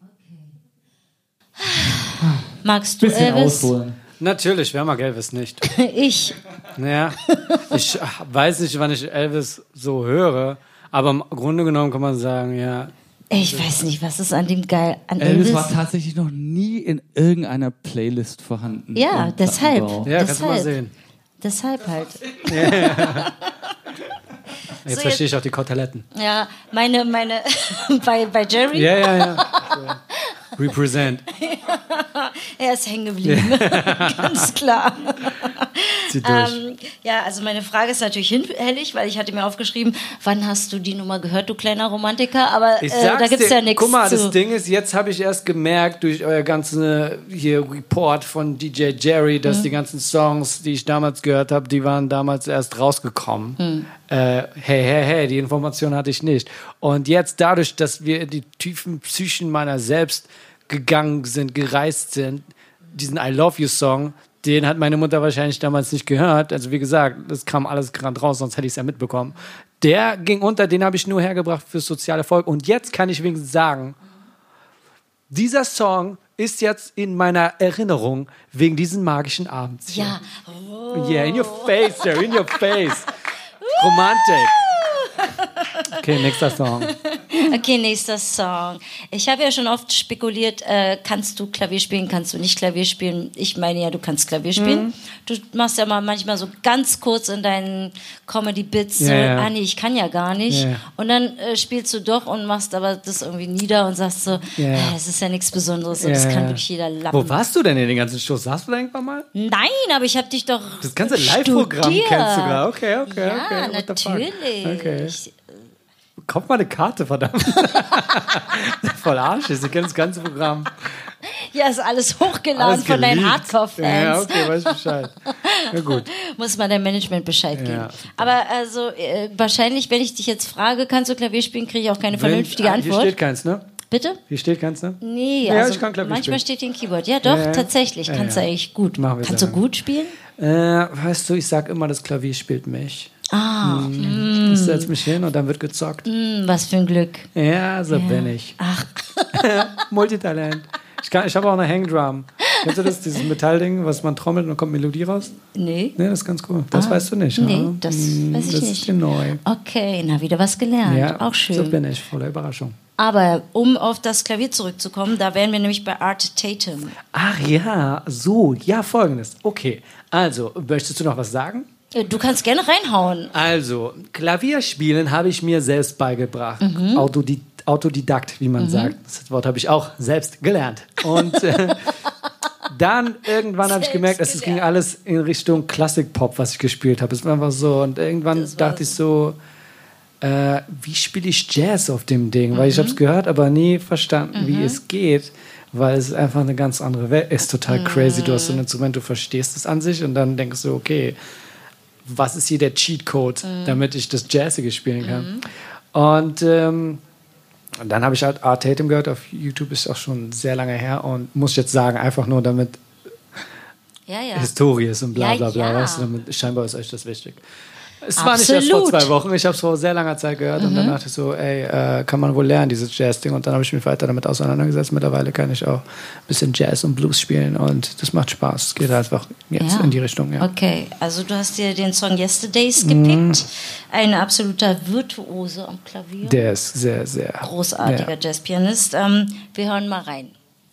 Magst du Bisschen Elvis? ausholen. Natürlich, wer mag Elvis nicht? Ich. Naja, ich weiß nicht, wann ich Elvis so höre, aber im Grunde genommen kann man sagen, ja. Ich weiß nicht, was ist an dem geil an Elvis, Elvis? war tatsächlich noch nie in irgendeiner Playlist vorhanden. Ja, im deshalb. Plattenbau. Ja, kannst du mal Deshalb. sehen. Deshalb halt. Jetzt So, verstehe ich auch die Koteletten. Ja, meine, meine, bei, bei Jerry, Ja, ja, ja. So. Represent. er ist hängen geblieben. Ganz klar. Zieh durch. Ähm, ja, also meine Frage ist natürlich hinfällig, weil ich hatte mir aufgeschrieben, wann hast du die Nummer gehört, du kleiner Romantiker? Aber Ich äh, sag's da gibt's dir, ja nichts guck mal, zu. das Ding ist, jetzt habe ich erst gemerkt durch euer ganzen hier Report von D J Jerry, dass Mhm. die ganzen Songs, die ich damals gehört habe, die waren damals erst rausgekommen. Mhm. Äh, hey, hey, hey, die Information hatte ich nicht. Und jetzt dadurch, dass wir in die tiefen Psychen meiner selbst gegangen sind, gereist sind, diesen I Love You Song, den hat meine Mutter wahrscheinlich damals nicht gehört. Also wie gesagt, das kam alles gerade raus, sonst hätte ich es ja mitbekommen. Der ging unter, den habe ich nur hergebracht für soziale Erfolg. Und jetzt kann ich wenigstens sagen, dieser Song ist jetzt in meiner Erinnerung wegen diesen magischen Abends. hier. Ja. Yeah, in your face, sir, in your face. Romantik. Okay, nächster Song. Okay, nächster Song. Ich habe ja schon oft spekuliert, äh, kannst du Klavier spielen, kannst du nicht Klavier spielen? Ich meine ja, du kannst Klavier spielen. Mhm. Du machst ja mal manchmal so ganz kurz in deinen Comedy-Bits so, Ja, ja. ah nee, ich kann ja gar nicht. Ja. Und dann äh, spielst du doch und machst aber das irgendwie nieder und sagst so, Ja. äh, das ist ja nichts Besonderes und Ja, das kann ja. wirklich jeder lappen. Wo warst du denn in den ganzen Shows? Saßt du da irgendwann mal? Nein, aber ich habe dich doch Das ganze Live-Programm studiert. kennst du gar. Okay, okay, Ja, okay. What the fuck? natürlich. Okay. Kauf mal eine Karte, verdammt. Voll Arsch ist. Ich kenne das ganze Programm. Ja, ist alles hochgeladen Alles von deinen geleakt. Hardcore-Fans. Ja, okay, weiß ich Bescheid. Ja, gut. Muss mal dein Management Bescheid geben. Ja, super. Aber also äh, wahrscheinlich, wenn ich dich jetzt frage, kannst du Klavier spielen, kriege ich auch keine vernünftige Wenn, ah, Antwort. Hier steht keins, ne? Bitte? Hier steht keins, ne? Nee, Ja, also ich kann Klavier manchmal spielen. steht hier ein Keyboard. Ja, doch, Ja, ja. tatsächlich. Ja, Kannst ja. du eigentlich gut. Machen wir Kannst du dann. gut spielen? Äh, weißt du, ich sag immer, das Klavier spielt mich. Ah, Ich setz mich hin und dann wird gezockt. hm, was für ein Glück. Ja, so bin ich. Ach, Multitalent. Ich, kann- ich habe auch eine Hangdrum. Kennst du das, dieses Metallding, was man trommelt und dann kommt Melodie raus? nee. Nee, das ist ganz cool. Das Ah, weißt du nicht. nee, ja? das Hm, weiß ich das nicht. ist dir neu. Okay, na, wieder was gelernt. Ja, auch schön. so bin ich. Voller Überraschung. Aber um auf das Klavier zurückzukommen, da wären wir nämlich bei Art Tatum. Ach ja, so. Ja, folgendes. Okay, also, möchtest du noch was sagen? Äh, Du kannst gerne reinhauen. Also, Klavierspielen habe ich mir selbst beigebracht. Mhm. Autodi Autodidakt, wie man sagt. Das Wort habe ich auch selbst gelernt. Und äh, dann irgendwann habe ich Selbst gemerkt, es ging gelernt. alles in Richtung Klassik-Pop, was ich gespielt habe. Es war einfach so. Und irgendwann Das war dachte ich so, äh, wie spiele ich Jazz auf dem Ding? Weil ich habe es gehört, aber nie verstanden, wie es geht. Weil es einfach eine ganz andere Welt ist. Total crazy. Du hast so ein Instrument, du verstehst es an sich und dann denkst du, okay, was ist hier der Cheatcode, mhm. damit ich das Jazzige spielen kann. Mhm. Und ähm, dann habe ich halt Art Tatum gehört, auf YouTube, ist auch schon sehr lange her und muss jetzt sagen, einfach nur damit ja, ja. Historie ist und bla bla bla. Ja, ja. Weißt du, damit, scheinbar ist euch das wichtig. Es Absolut. war nicht erst vor zwei Wochen, ich habe es vor sehr langer Zeit gehört mhm. und dann dachte ich so, ey, äh, kann man wohl lernen, dieses Jazz-Ding. Und dann habe ich mich weiter damit auseinandergesetzt. Mittlerweile kann ich auch ein bisschen Jazz und Blues spielen und das macht Spaß. Es geht einfach jetzt ja. in die Richtung, ja. Okay, also du hast dir den Song Yesterdays gepickt. Mhm. Ein absoluter Virtuose am Klavier. Der ist sehr, sehr... Großartiger ja. Jazzpianist. Ähm, wir hören mal rein.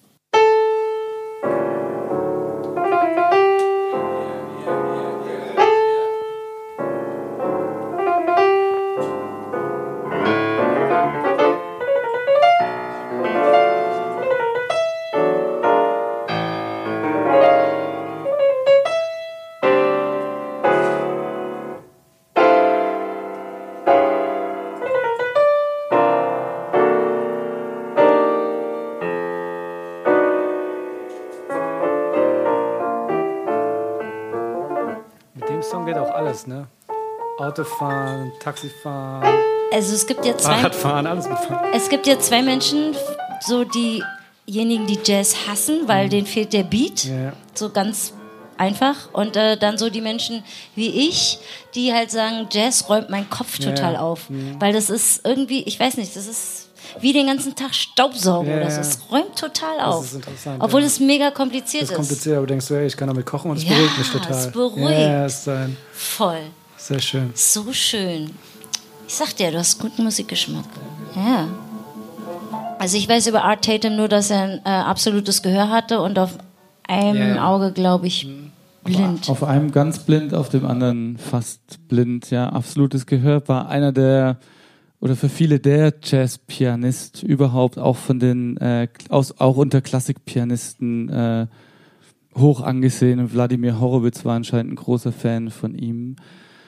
Ne? Autofahren, Taxifahren, also es gibt ja zwei, Fahrradfahren, alles mitfahren. Es gibt ja zwei Menschen, so diejenigen, die Jazz hassen, weil mhm. denen fehlt der Beat, ja. so ganz einfach. Und äh, dann so die Menschen wie ich, die halt sagen, Jazz räumt meinen Kopf total ja. auf. Mhm. Weil das ist irgendwie, ich weiß nicht, das ist wie den ganzen Tag Staubsaugen ja, oder so. Es räumt total auf. Das ist interessant. Obwohl ja. es mega kompliziert ist. Das ist kompliziert, aber denkst du, ey, ich kann damit kochen und es ja, beruhigt mich total. es beruhigt. Ja, ist ein voll. Sehr schön. So schön. Ich sag dir, du hast guten Musikgeschmack. Ja. Also ich weiß über Art Tatum nur, dass er ein äh, absolutes Gehör hatte und auf einem yeah. Auge, glaube ich, blind. Auf einem ganz blind, auf dem anderen fast blind. Ja, absolutes Gehör. War einer der, oder für viele der Jazzpianist überhaupt, auch von den, äh, aus, auch unter Klassikpianisten äh, hoch angesehen. Und Wladimir Horowitz war anscheinend ein großer Fan von ihm.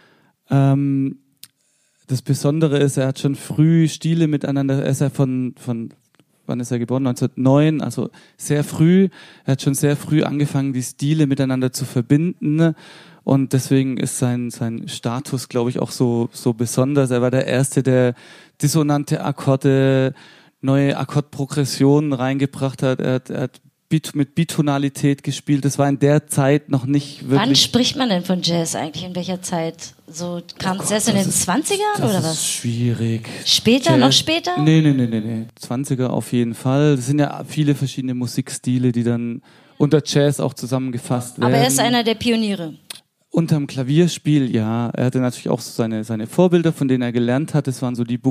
Ähm, das Besondere ist, er hat schon früh Stile miteinander, er ist ja von, von, wann ist er geboren? neunzehnhundertneun, also sehr früh. Er hat schon sehr früh angefangen, die Stile miteinander zu verbinden. Und deswegen ist sein, sein Status, glaube ich, auch so, so besonders. Er war der Erste, der dissonante Akkorde, neue Akkordprogressionen reingebracht hat. Er hat, er hat Bit, mit Bitonalität gespielt. Das war in der Zeit noch nicht wirklich... Wann spricht man denn von Jazz eigentlich? In welcher Zeit? So kam es erst in den ist, zwanzigern oder was? Das ist schwierig. Später? Jazz, noch später? Nee, nee, nee, nee, nee. zwanziger auf jeden Fall. Das sind ja viele verschiedene Musikstile, die dann unter Jazz auch zusammengefasst werden. Aber er ist einer der Pioniere. Unterm Klavierspiel, ja. Er hatte natürlich auch so seine, seine Vorbilder, von denen er gelernt hat. Das waren so die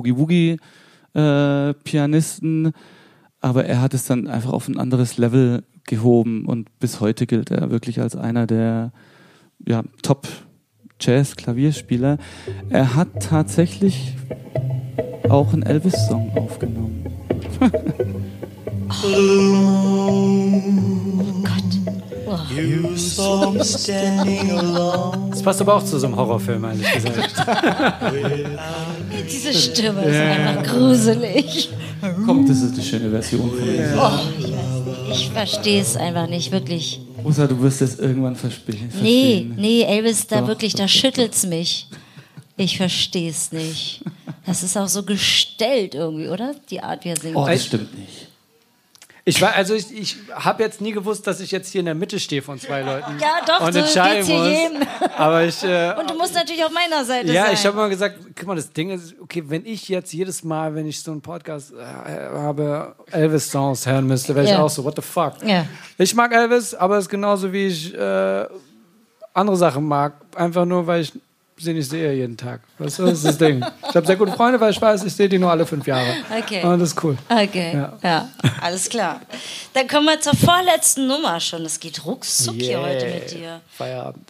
Boogie-Woogie-Pianisten. Äh, Aber er hat es dann einfach auf ein anderes Level gehoben und bis heute gilt er wirklich als einer der ja, Top-Jazz-Klavierspieler. Er hat tatsächlich auch einen Elvis-Song aufgenommen. Oh Gott. Oh. Das passt aber auch zu so einem Horrorfilm, ehrlich gesagt. Diese Stimme ist einfach gruselig. Kommt, das ist eine schöne Version von mir. Oh, ich, ich verstehe es einfach nicht, wirklich. Rosa, du wirst es irgendwann verstehen. Nee, nee, Elvis, da Doch. wirklich, da schüttelt's mich. Ich verstehe es nicht. Das ist auch so gestellt irgendwie, oder? Die Art, wie er singt. Oh, das stimmt nicht. Ich war, also ich, ich habe jetzt nie gewusst, dass ich jetzt hier in der Mitte stehe von zwei Leuten. Ja, doch, und so entscheiden geht's hier muss. jedem. Aber ich, äh, und du musst natürlich auf meiner Seite ja, sein. ich habe mal gesagt, guck mal, das Ding ist, okay, wenn ich jetzt jedes Mal, wenn ich so einen Podcast äh, habe, Elvis-Songs hören müsste, wäre ich Ja. auch so, what the fuck? Ja. Ich mag Elvis, aber es ist genauso, wie ich äh, andere Sachen mag. Einfach nur, weil ich sie nicht sehe jeden Tag. Weißt du, das ist das Ding. Ich habe sehr gute Freunde, weil ich weiß, ich sehe die nur alle fünf Jahre. Okay. Und das ist cool. Okay, Ja. ja. Alles klar. Dann kommen wir zur vorletzten Nummer schon. Es geht ruckzuck hier Yeah. heute mit dir. Feierabend.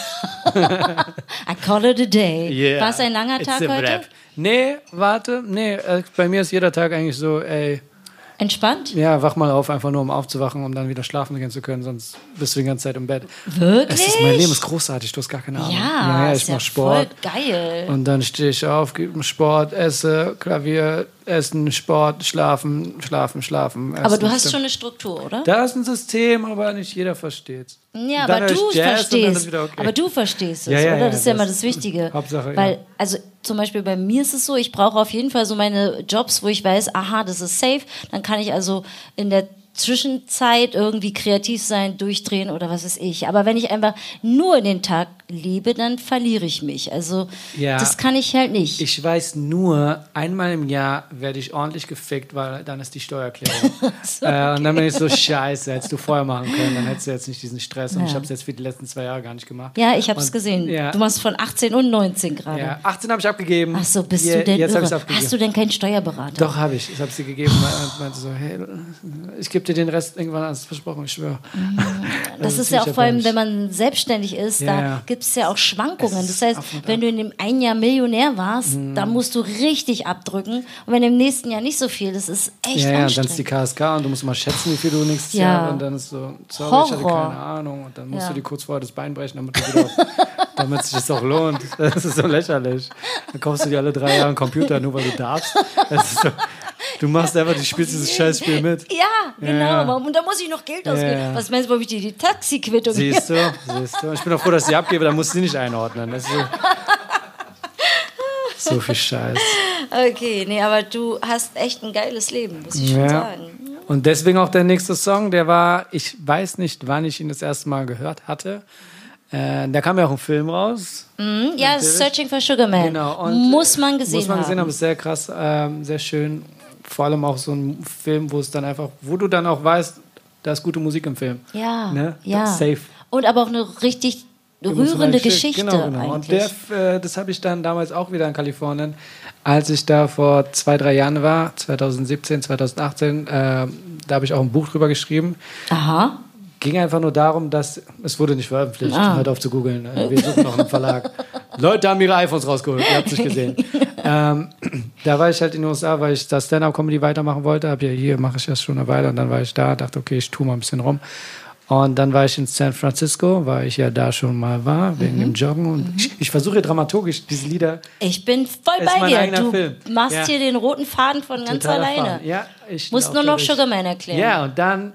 I call it a day. Yeah. War es ein langer It's Tag a heute? wrap. Nee, warte, nee, äh, bei mir ist jeder Tag eigentlich so, ey, Entspannt? ja, wach mal auf, einfach nur um aufzuwachen, um dann wieder schlafen gehen zu können, sonst bist du die ganze Zeit im Bett. Wirklich? Es ist, mein Leben ist großartig, du hast gar keine Ahnung. Ja, ja, ja ich ist ja mach Sport. voll geil. Und dann stehe ich auf, gehe Sport, esse, Klavier, Essen, Sport, Schlafen, Schlafen, Schlafen. Essen, Aber du hast stimmt. schon eine Struktur, oder? Da ist ein System, aber nicht jeder versteht's. Ja, Dann aber höre ich du Jazz und dann ist verstehst. wieder okay. Aber du verstehst es, Ja, ja, oder? ja, Das ist ja das immer das Wichtige. Hauptsache, ja. Weil, also zum Beispiel bei mir ist es so, ich brauche auf jeden Fall so meine Jobs, wo ich weiß, aha, das ist safe. Dann kann ich also in der Zwischenzeit irgendwie kreativ sein, durchdrehen oder was weiß ich. Aber wenn ich einfach nur in den Tag lebe, dann verliere ich mich. Also Ja. das kann ich halt nicht. Ich weiß nur, einmal im Jahr werde ich ordentlich gefickt, weil dann ist die Steuererklärung. So, äh, und dann bin ich so, scheiße, hättest du vorher machen können, dann hättest du jetzt nicht diesen Stress. Und Ja. ich habe es jetzt für die letzten zwei Jahre gar nicht gemacht. Ja, ich habe es Und- gesehen. Ja. Du machst von achtzehn und neunzehn gerade. Ja, achtzehn habe ich abgegeben. Ach so, bist Je- du denn Jetzt habe ich irre? abgegeben. Hast du denn keinen Steuerberater? Doch, habe ich. Ich habe sie gegeben und meinte so, hey, ich gebe dir den Rest irgendwann an, das ist versprochen, ich schwöre. Das ist ja auch ziemlich vor allem, erbärmlich. wenn man selbstständig ist, Ja, da ja. gibt es ja auch Schwankungen. Es Das ist heißt, auf und ab. wenn du in dem einen Jahr Millionär warst, Mhm. dann musst du richtig abdrücken. Und wenn im nächsten Jahr nicht so viel, das ist echt Ja, ja, und dann ist die anstrengend. K S K und du musst mal schätzen, wie viel du nächstes Ja. Jahr und dann ist so, sorry, ich hatte Horror. keine Ahnung und dann musst Ja. du dir kurz vorher das Bein brechen, damit, du wieder, damit sich das auch lohnt. Das ist so lächerlich. Dann kaufst du dir alle drei Jahre einen Computer, nur weil du darfst. Das ist so, du machst einfach, du spielst dieses Scheißspiel mit. Ja, genau. Ja. Und da muss ich noch Geld ausgeben. Ja. Was meinst du, ob ich dir die Taxiquittung Siehst du, siehst du. Ich bin auch froh, dass ich sie abgebe, dann musst du sie nicht einordnen. Das ist so, so viel Scheiß. Okay, nee, aber du hast echt ein geiles Leben, muss ich schon Ja. sagen. Und deswegen auch der nächste Song, der war, ich weiß nicht, wann ich ihn das erste Mal gehört hatte. Äh, da kam ja auch ein Film raus. Hm? Ja, Natürlich. Searching for Sugar Man. Genau. Und muss man gesehen Muss man gesehen haben, haben. ist sehr krass, ähm, sehr schön. Vor allem auch so ein Film, wo es dann einfach, wo du dann auch weißt, da ist gute Musik im Film. Ja, Ne? ja. Safe. Und aber auch eine richtig Emotionale rührende Geschichte Genau, genau. Und eigentlich. der, äh, das habe ich dann damals auch wieder in Kalifornien, als ich da vor zwei, drei Jahren war, zwanzig siebzehn, zwanzig achtzehn, äh, da habe ich auch ein Buch drüber geschrieben. Aha. Ging einfach nur darum, dass, es wurde nicht veröffentlicht, Ah. hört auf zu googeln, äh, wir suchen noch einen Verlag. Leute haben ihre iPhones rausgeholt, ihr habt es nicht gesehen. ähm, da war ich halt in den U S A, weil ich da Stand-Up-Comedy weitermachen wollte, hab ja hier, mache ich das schon eine Weile und dann war ich da, dachte, okay, ich tue mal ein bisschen rum. Und dann war ich in San Francisco, weil ich ja da schon mal war, wegen Mhm. dem Joggen. Und Mhm. ich, ich versuche dramaturgisch diese Lieder. Ich bin voll Es ist bei mein dir. eigener Du Film. machst Ja. hier den roten Faden von ganz Total alleine. erfahren. Ja, ich Musst nur glaub, noch dass ich- Sugarman erklären. Ja, und dann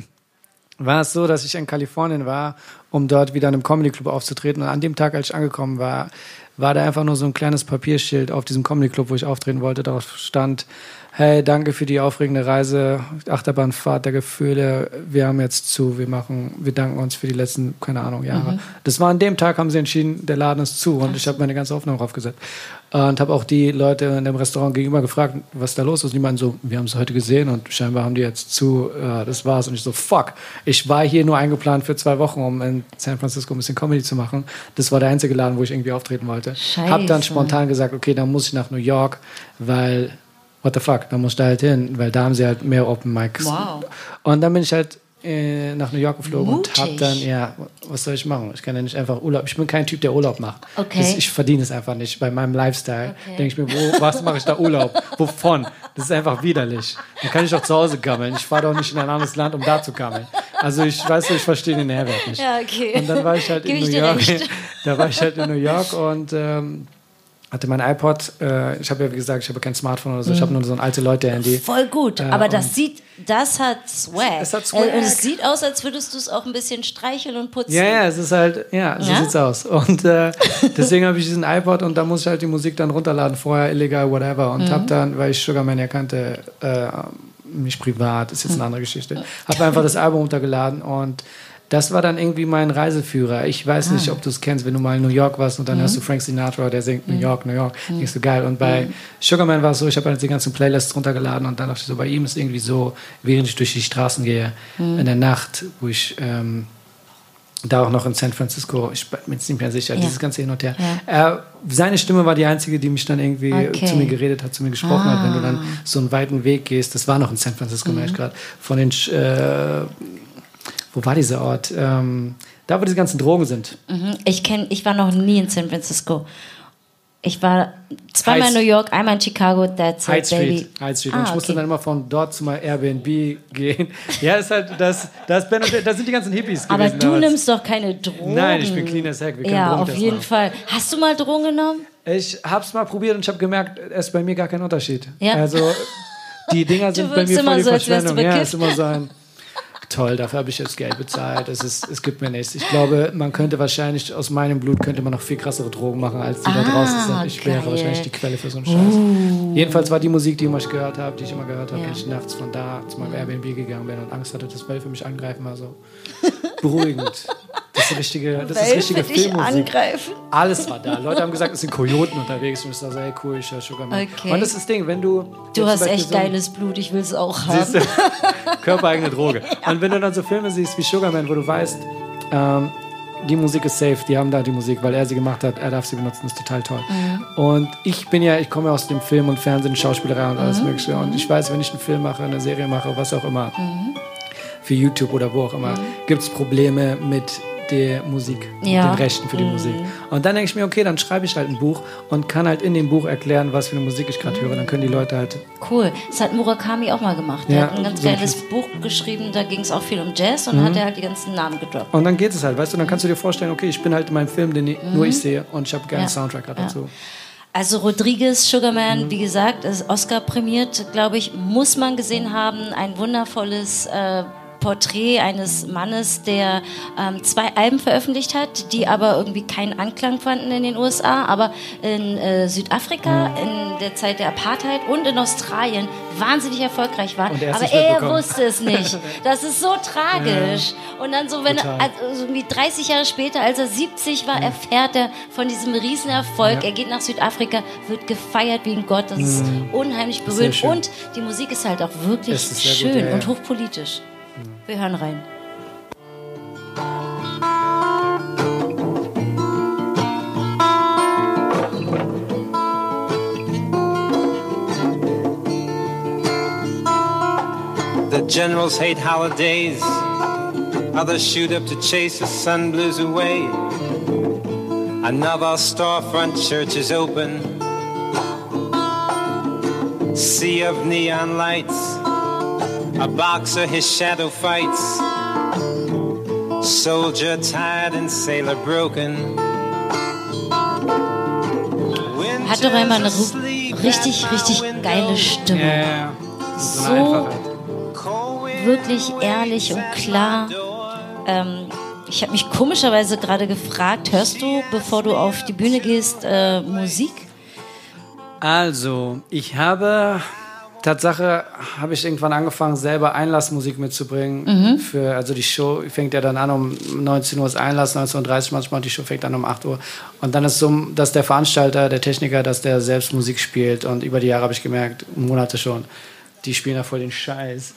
war es so, dass ich in Kalifornien war, um dort wieder in einem Comedy-Club aufzutreten. Und an dem Tag, als ich angekommen war, war da einfach nur so ein kleines Papierschild auf diesem Comedy-Club, wo ich auftreten wollte. Darauf stand, hey, danke für die aufregende Reise, Achterbahnfahrt der Gefühle. Wir haben jetzt zu, wir machen, wir danken uns für die letzten, keine Ahnung, Jahre. Mhm. Das war an dem Tag, haben sie entschieden, der Laden ist zu. Und ich habe meine ganze Aufnahme draufgesetzt. Und habe auch die Leute in dem Restaurant gegenüber gefragt, was da los ist. Und die meinten so, wir haben es heute gesehen und scheinbar haben die jetzt zu, ja, das war's. Und ich so, fuck, ich war hier nur eingeplant für zwei Wochen, um in San Francisco ein bisschen Comedy zu machen. Das war der einzige Laden, wo ich irgendwie auftreten wollte. Scheiße. Hab dann spontan gesagt, okay, dann muss ich nach New York, weil, what the fuck, dann muss ich da halt hin, weil da haben sie halt mehr Open Mics. Wow. Und dann bin ich halt äh, nach New York geflogen Mutig. und hab dann, ja, was soll ich machen? Ich kann ja nicht einfach Urlaub, ich bin kein Typ, der Urlaub macht. Okay. Das, ich verdiene es einfach nicht. Bei meinem Lifestyle Okay. denke ich mir, wo, was mache ich da Urlaub? Wovon? Das ist einfach widerlich. Dann kann ich auch zu Hause gammeln. Ich fahre doch nicht in ein anderes Land, um da zu gammeln. Also ich weiß, ich verstehe den Nährwert nicht. Ja, okay. Und dann war ich halt Geb in ich New dir York. recht. Da war ich halt in New York und ähm, hatte mein iPod. Äh, ich habe ja, wie gesagt, ich habe kein Smartphone oder so. Ich habe nur so ein alte Leute-Handy. Voll gut, Äh, aber das und- sieht, das hat Swag. Es hat Swag. Äh, Und es sieht aus, als würdest du es auch ein bisschen streicheln und putzen. Ja, ja, es ist halt, ja, so Ja? sieht's aus. Und äh, deswegen habe ich diesen iPod und da muss ich halt die Musik dann runterladen, vorher illegal, whatever. Und Mhm. habe dann, weil ich Sugarman ja kannte, äh, mich privat, ist jetzt eine andere Geschichte, habe einfach das Album runtergeladen und das war dann irgendwie mein Reiseführer. Ich weiß nicht, ob du es kennst, wenn du mal in New York warst und dann Mhm. hörst du Frank Sinatra, der singt New York, New York. Denkst du, geil. Und bei Sugarman war es so, ich habe halt die ganzen Playlists runtergeladen und dann dachte ich so, bei ihm ist irgendwie so, während ich durch die Straßen gehe, in der Nacht, wo ich ähm, da auch noch in San Francisco, ich bin mir jetzt nicht mehr sicher, Ja. dieses ganze Hin und Her. Er, seine Stimme war die einzige, die mich dann irgendwie Okay. zu mir geredet hat, zu mir gesprochen hat, wenn du dann Ah. so einen weiten Weg gehst. Das war noch in San Francisco, Mhm. merke ich gerade. Von den, äh, wo war dieser Ort? Ähm, da, wo diese ganzen Drogen sind. Mhm. Ich kenn, ich war noch nie in San Francisco. Ich war zweimal in Heights- New York, einmal in Chicago, that's Hyde it, baby. Street. Hyde Street. Ah, und ich musste okay. dann immer von dort zu meinem Airbnb gehen. Ja, ist halt, das, das, ben, da sind die ganzen Hippies Aber gewesen. du damals. nimmst doch keine Drogen. Nein, ich bin clean as heck. Wir können Ja, auf Drogentest jeden machen. Fall. Hast du mal Drogen genommen? Ich hab's mal probiert und ich habe gemerkt, es ist bei mir gar kein Unterschied. Ja. Also die Dinger sind bei mir voll die so, Verschwendung. Ja, ist immer so ein toll, dafür habe ich jetzt Geld bezahlt. Es, ist, es gibt mir nichts. Ich glaube, man könnte wahrscheinlich, aus meinem Blut könnte man noch viel krassere Drogen machen, als die ah, da draußen sind. Ich geil. wäre wahrscheinlich die Quelle für so einen Scheiß. Uh. Jedenfalls war die Musik, die ich immer gehört habe, die ich immer gehört habe, ja. wenn ich nachts von da zu meinem Airbnb gegangen bin und Angst hatte, dass Wölfe mich angreifen, war so beruhigend. Das ist richtige, das ist richtige Filmmusik. Angreifen. Alles war da. Leute haben gesagt, es sind Kojoten unterwegs. Und ich sage, hey, cool, ich höre Sugar Man. Okay. Und das ist das Ding, wenn du... Du hast echt so geiles Blut, ich will es auch haben. Siehst du? Körpereigene Droge. Ja. Und wenn du dann so Filme siehst wie Sugar Man, wo du weißt, ähm, die Musik ist safe, die haben da die Musik, weil er sie gemacht hat, er darf sie benutzen, das ist total toll. Mhm. Und ich bin ja, ich komme ja aus dem Film und Fernsehen, Schauspielerei und alles mhm. Mögliche. Und ich weiß, wenn ich einen Film mache, eine Serie mache, was auch immer, mhm. für YouTube oder wo auch immer, mhm. gibt es Probleme mit der Musik, ja. den Rechten für die mhm. Musik. Und dann denke ich mir, okay, dann schreibe ich halt ein Buch und kann halt in dem Buch erklären, was für eine Musik ich gerade mhm. höre. Dann können die Leute halt... Cool. Das hat Murakami auch mal gemacht. Der ja, hat ein ganz so geiles Buch geschrieben, da ging es auch viel um Jazz und mhm. hat er halt die ganzen Namen gedroppt. Und dann geht es halt, weißt du, dann kannst du dir vorstellen, okay, ich bin halt in meinem Film, den mhm. nur ich sehe und ich habe gerne ja. einen Soundtrack gerade ja. dazu. Also Rodriguez, Sugar Man, mhm. wie gesagt, ist Oscar prämiert, glaube ich, muss man gesehen haben. Ein wundervolles... Äh, Porträt eines Mannes, der ähm, zwei Alben veröffentlicht hat, die aber irgendwie keinen Anklang fanden in den U S A, aber in äh, Südafrika, in der Zeit der Apartheid und in Australien wahnsinnig erfolgreich waren. Aber er wusste es nicht. Das ist so tragisch. Ja. Und dann so, wenn er, also irgendwie dreißig Jahre später, als er siebzig war, ja. erfährt er von diesem Riesenerfolg. Ja. Er geht nach Südafrika, wird gefeiert wie ein Gott. Das ist mhm. unheimlich berührend. Und die Musik ist halt auch wirklich schön gut, ja, ja. und hochpolitisch. Wir hören rein. The generals hate holidays. Others shoot up to chase the sun blues away. Another storefront church is open. Sea of neon lights. A boxer, his shadow fights. Soldier tired and sailor broken. Hat doch einmal eine richtig, richtig geile Stimme. Ja, ja, ja. So wirklich ehrlich und klar. Ähm, ich habe mich komischerweise gerade gefragt, hörst du, bevor du auf die Bühne gehst, äh, Musik? Also, ich habe... Tatsache habe ich irgendwann angefangen, selber Einlassmusik mitzubringen. Mhm. Für, also die Show fängt ja dann an um neunzehn Uhr ist Einlass, neunzehn Uhr dreißig manchmal, und die Show fängt an um acht Uhr. Und dann ist so, dass der Veranstalter, der Techniker, dass der selbst Musik spielt. Und über die Jahre habe ich gemerkt, Monate schon, die spielen da voll den Scheiß.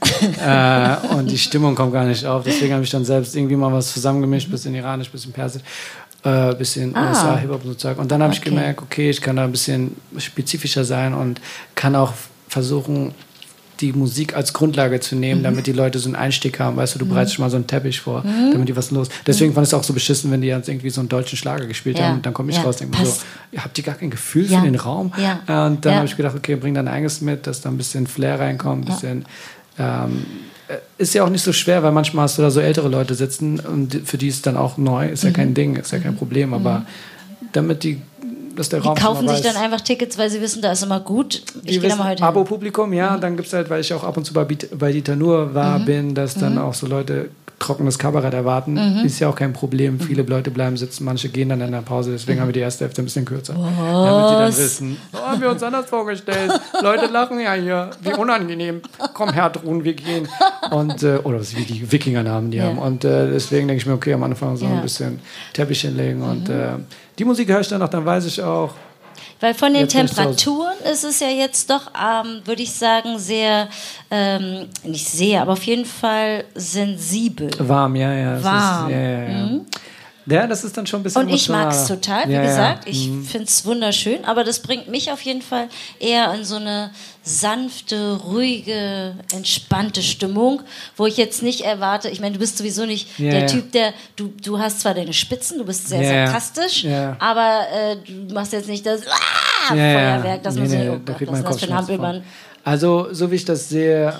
äh, und die Stimmung kommt gar nicht auf. Deswegen habe ich dann selbst irgendwie mal was zusammengemischt, bisschen iranisch, bisschen persisch. Äh, bisschen ah. U S A, Hip-Hop und so Zeug. Und dann habe okay. ich gemerkt, okay, ich kann da ein bisschen spezifischer sein und kann auch versuchen, die Musik als Grundlage zu nehmen, mhm. damit die Leute so einen Einstieg haben. Weißt du, du mhm. bereitest schon mal so einen Teppich vor, mhm. damit die was los. Deswegen mhm. fand ich es auch so beschissen, wenn die jetzt irgendwie so einen deutschen Schlager gespielt ja. haben. Und dann komme ich ja. raus und denke mir so, ihr habt ihr gar kein Gefühl ja. für den Raum? Ja. Und dann ja. habe ich gedacht, okay, bring dein eigenes mit, dass da ein bisschen Flair reinkommt, ein bisschen... Ja. Ähm, ist ja auch nicht so schwer, weil manchmal hast du da so ältere Leute sitzen und für die ist dann auch neu, ist ja mhm. kein Ding, ist ja kein Problem, aber damit die dass der Raum die kaufen sich dann einfach Tickets, weil sie wissen, da ist immer gut. Ich gehe da mal heute hin. Abo-Publikum, ja. Mhm. Dann gibt es halt, weil ich auch ab und zu bei, bei Dieter Nuhr war, mhm. bin, dass dann mhm. auch so Leute trockenes Kabarett erwarten. Mhm. Ist ja auch kein Problem. Mhm. Viele Leute bleiben sitzen, manche gehen dann in der Pause. Deswegen mhm. haben wir die erste Hälfte ein bisschen kürzer. Was? Damit die dann wissen, oh, haben wir uns anders vorgestellt. Leute lachen ja hier. Wie unangenehm. Komm her, Truhen, wir gehen. Und, äh, oder was wie die Wikinger-Namen die ja. haben. Und äh, deswegen denke ich mir, okay, am Anfang so ja. ein bisschen Teppich hinlegen. Und mhm. äh, die Musik höre ich dann noch, dann weiß ich auch, weil von den Temperaturen ist es ja jetzt doch, ähm, würde ich sagen, sehr, ähm, nicht sehr, aber auf jeden Fall sensibel. Warm, ja, ja. Warm. Ist, ja, ja, ja. Mhm. Ja, das ist dann schon ein bisschen und ich mag es total, wie ja, gesagt. Ja. Ich mhm. finde es wunderschön, aber das bringt mich auf jeden Fall eher in so eine sanfte, ruhige, entspannte Stimmung, wo ich jetzt nicht erwarte, ich meine, du bist sowieso nicht ja, der ja. Typ, der, du, du hast zwar deine Spitzen, du bist sehr ja, sarkastisch, ja. aber äh, du machst jetzt nicht das ah, ja, Feuerwerk, das nee, muss nee, ich, oh Gott, was ist das für ein Hampelmann? Also, so wie ich das sehe,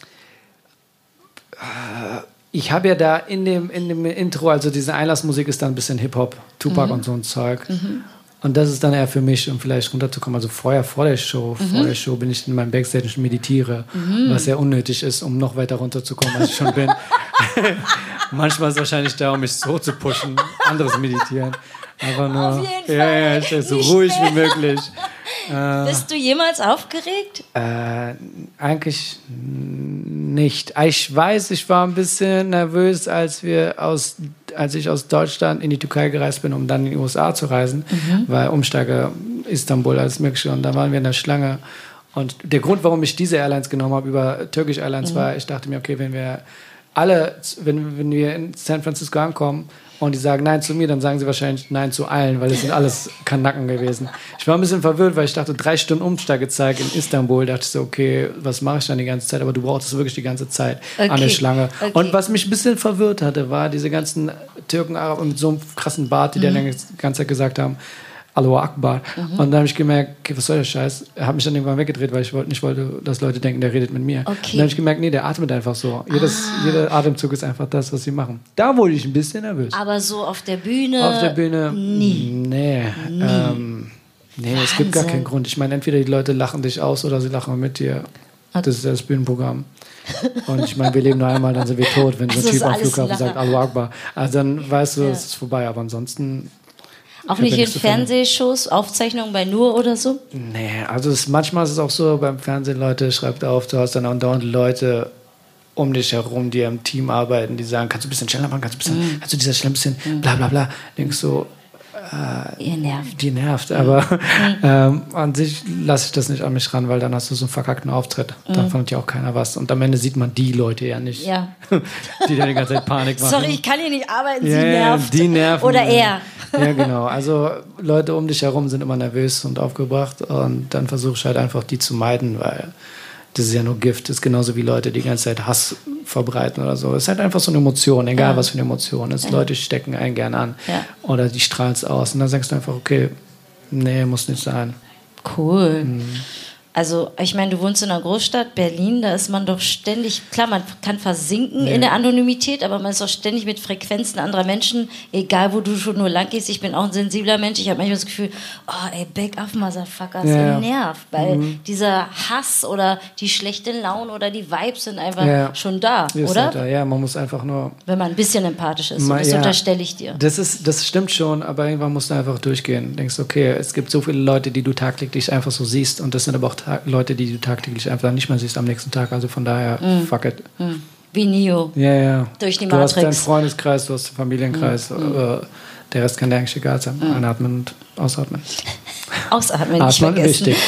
äh, ich habe ja da in dem, in dem Intro, also diese Einlassmusik ist dann ein bisschen Hip-Hop, Tupac mhm. und so ein Zeug. Mhm. Und das ist dann eher für mich, um vielleicht runterzukommen. Also vorher, vor der Show, mhm. vor der Show bin ich in meinem Backstage und meditiere, mhm. was sehr unnötig ist, um noch weiter runterzukommen, als ich schon bin. Manchmal ist es wahrscheinlich da, um mich so zu pushen, anderes meditieren. Einfach nur, Auf jeden Fall. ja, ja, so ruhig wie möglich. Äh, Bist du jemals aufgeregt? Äh, eigentlich nicht. Ich weiß, ich war ein bisschen nervös, als wir aus, als ich aus Deutschland in die Türkei gereist bin, um dann in die U S A zu reisen, mhm. weil Umsteige Istanbul als möglich. Und da waren wir in der Schlange. Und der Grund, warum ich diese Airlines genommen habe über Turkish Airlines, mhm. war, ich dachte mir, okay, wenn wir alle, wenn, wenn wir in San Francisco ankommen und die sagen Nein zu mir, dann sagen sie wahrscheinlich Nein zu allen, weil das sind alles Kanaken gewesen. Ich war ein bisschen verwirrt, weil ich dachte, drei Stunden Umsteigezeit in Istanbul. Da dachte ich so, okay, was mache ich dann die ganze Zeit? Aber du brauchst es wirklich die ganze Zeit okay. an der Schlange. Okay. Und was mich ein bisschen verwirrt hatte, war diese ganzen Türken, Araber mit so einem krassen Bart, die mhm. dann die ganze Zeit gesagt haben, Allahu Akbar. Mhm. Und dann habe ich gemerkt, okay, was soll der Scheiß? Ich habe mich dann irgendwann weggedreht, weil ich wollte, nicht wollte, dass Leute denken, der redet mit mir. Okay. Und dann habe ich gemerkt, nee, der atmet einfach so. Jedes, ah. Jeder Atemzug ist einfach das, was sie machen. Da wurde ich ein bisschen nervös. Aber so auf der Bühne? Auf der Bühne? Nie. Nee. Nee, ähm, nee es gibt gar keinen Grund. Ich meine, entweder die Leute lachen dich aus oder sie lachen mit dir. Okay. Das ist das Bühnenprogramm. Und ich meine, wir leben nur einmal, dann sind wir tot, wenn so ein Typ am Flughafen sagt, Allahu Akbar. Also dann weißt du, ja. es ist vorbei. Aber ansonsten... Auch nicht in Fernsehshows, Aufzeichnungen bei Nur oder so? Nee, also es, manchmal ist es auch so, beim Fernsehen, Leute, schreibt auf, du hast dann andauernd Leute um dich herum, die im Team arbeiten, die sagen, kannst du ein bisschen schneller machen, kannst du, ein bisschen, mm. kannst du dieser schnell ein bisschen mm. bla bla bla. Denkst so, äh, Ihr nervt. Die nervt, aber mm. ähm, an sich lasse ich das nicht an mich ran, weil dann hast du so einen verkackten Auftritt. Mm. Dann findet ja auch keiner was. Und am Ende sieht man die Leute ja nicht, ja. die dann die ganze Zeit Panik machen. Sorry, ich kann hier nicht arbeiten, ja, sie nervt. Die nerven. Oder er. Ja, genau. Also Leute um dich herum sind immer nervös und aufgebracht und dann versuche ich halt einfach, die zu meiden, weil das ist ja nur Gift. Das ist genauso wie Leute, die die ganze Zeit Hass verbreiten oder so. Es ist halt einfach so eine Emotion, egal ja. was für eine Emotion ist. Ja. Leute stecken einen gerne an ja. oder die strahlen es aus und dann sagst du einfach, okay, nee, muss nicht sein. Cool. Mhm. Also, ich meine, du wohnst in einer Großstadt, Berlin, da ist man doch ständig, klar, man kann versinken nee. in der Anonymität, aber man ist doch ständig mit Frequenzen anderer Menschen, egal wo du schon nur lang gehst. Ich bin auch ein sensibler Mensch, ich habe manchmal das Gefühl, oh ey, back off, Motherfucker, das ja. nervt, weil mhm. dieser Hass oder die schlechte Laune oder die Vibes sind einfach ja. schon da, ist oder? Halt da. Ja, man muss einfach nur... Wenn man ein bisschen empathisch ist, mal, das ja. unterstelle ich dir. Das, ist, das stimmt schon, aber irgendwann musst du einfach durchgehen. Du denkst, okay, es gibt so viele Leute, die du tagtäglich einfach so siehst und das sind aber auch Leute, die du tagtäglich einfach nicht mehr siehst am nächsten Tag. Also von daher, mm. fuck it. Mm. Wie Neo. Ja, ja. Durch die du Matrix. Du hast deinen Freundeskreis, du hast den Familienkreis. Mm. Äh, der Rest kann dir eigentlich egal sein. Mm. Einatmen und ausatmen. Ausatmen, nicht Atmen, vergessen. wichtig.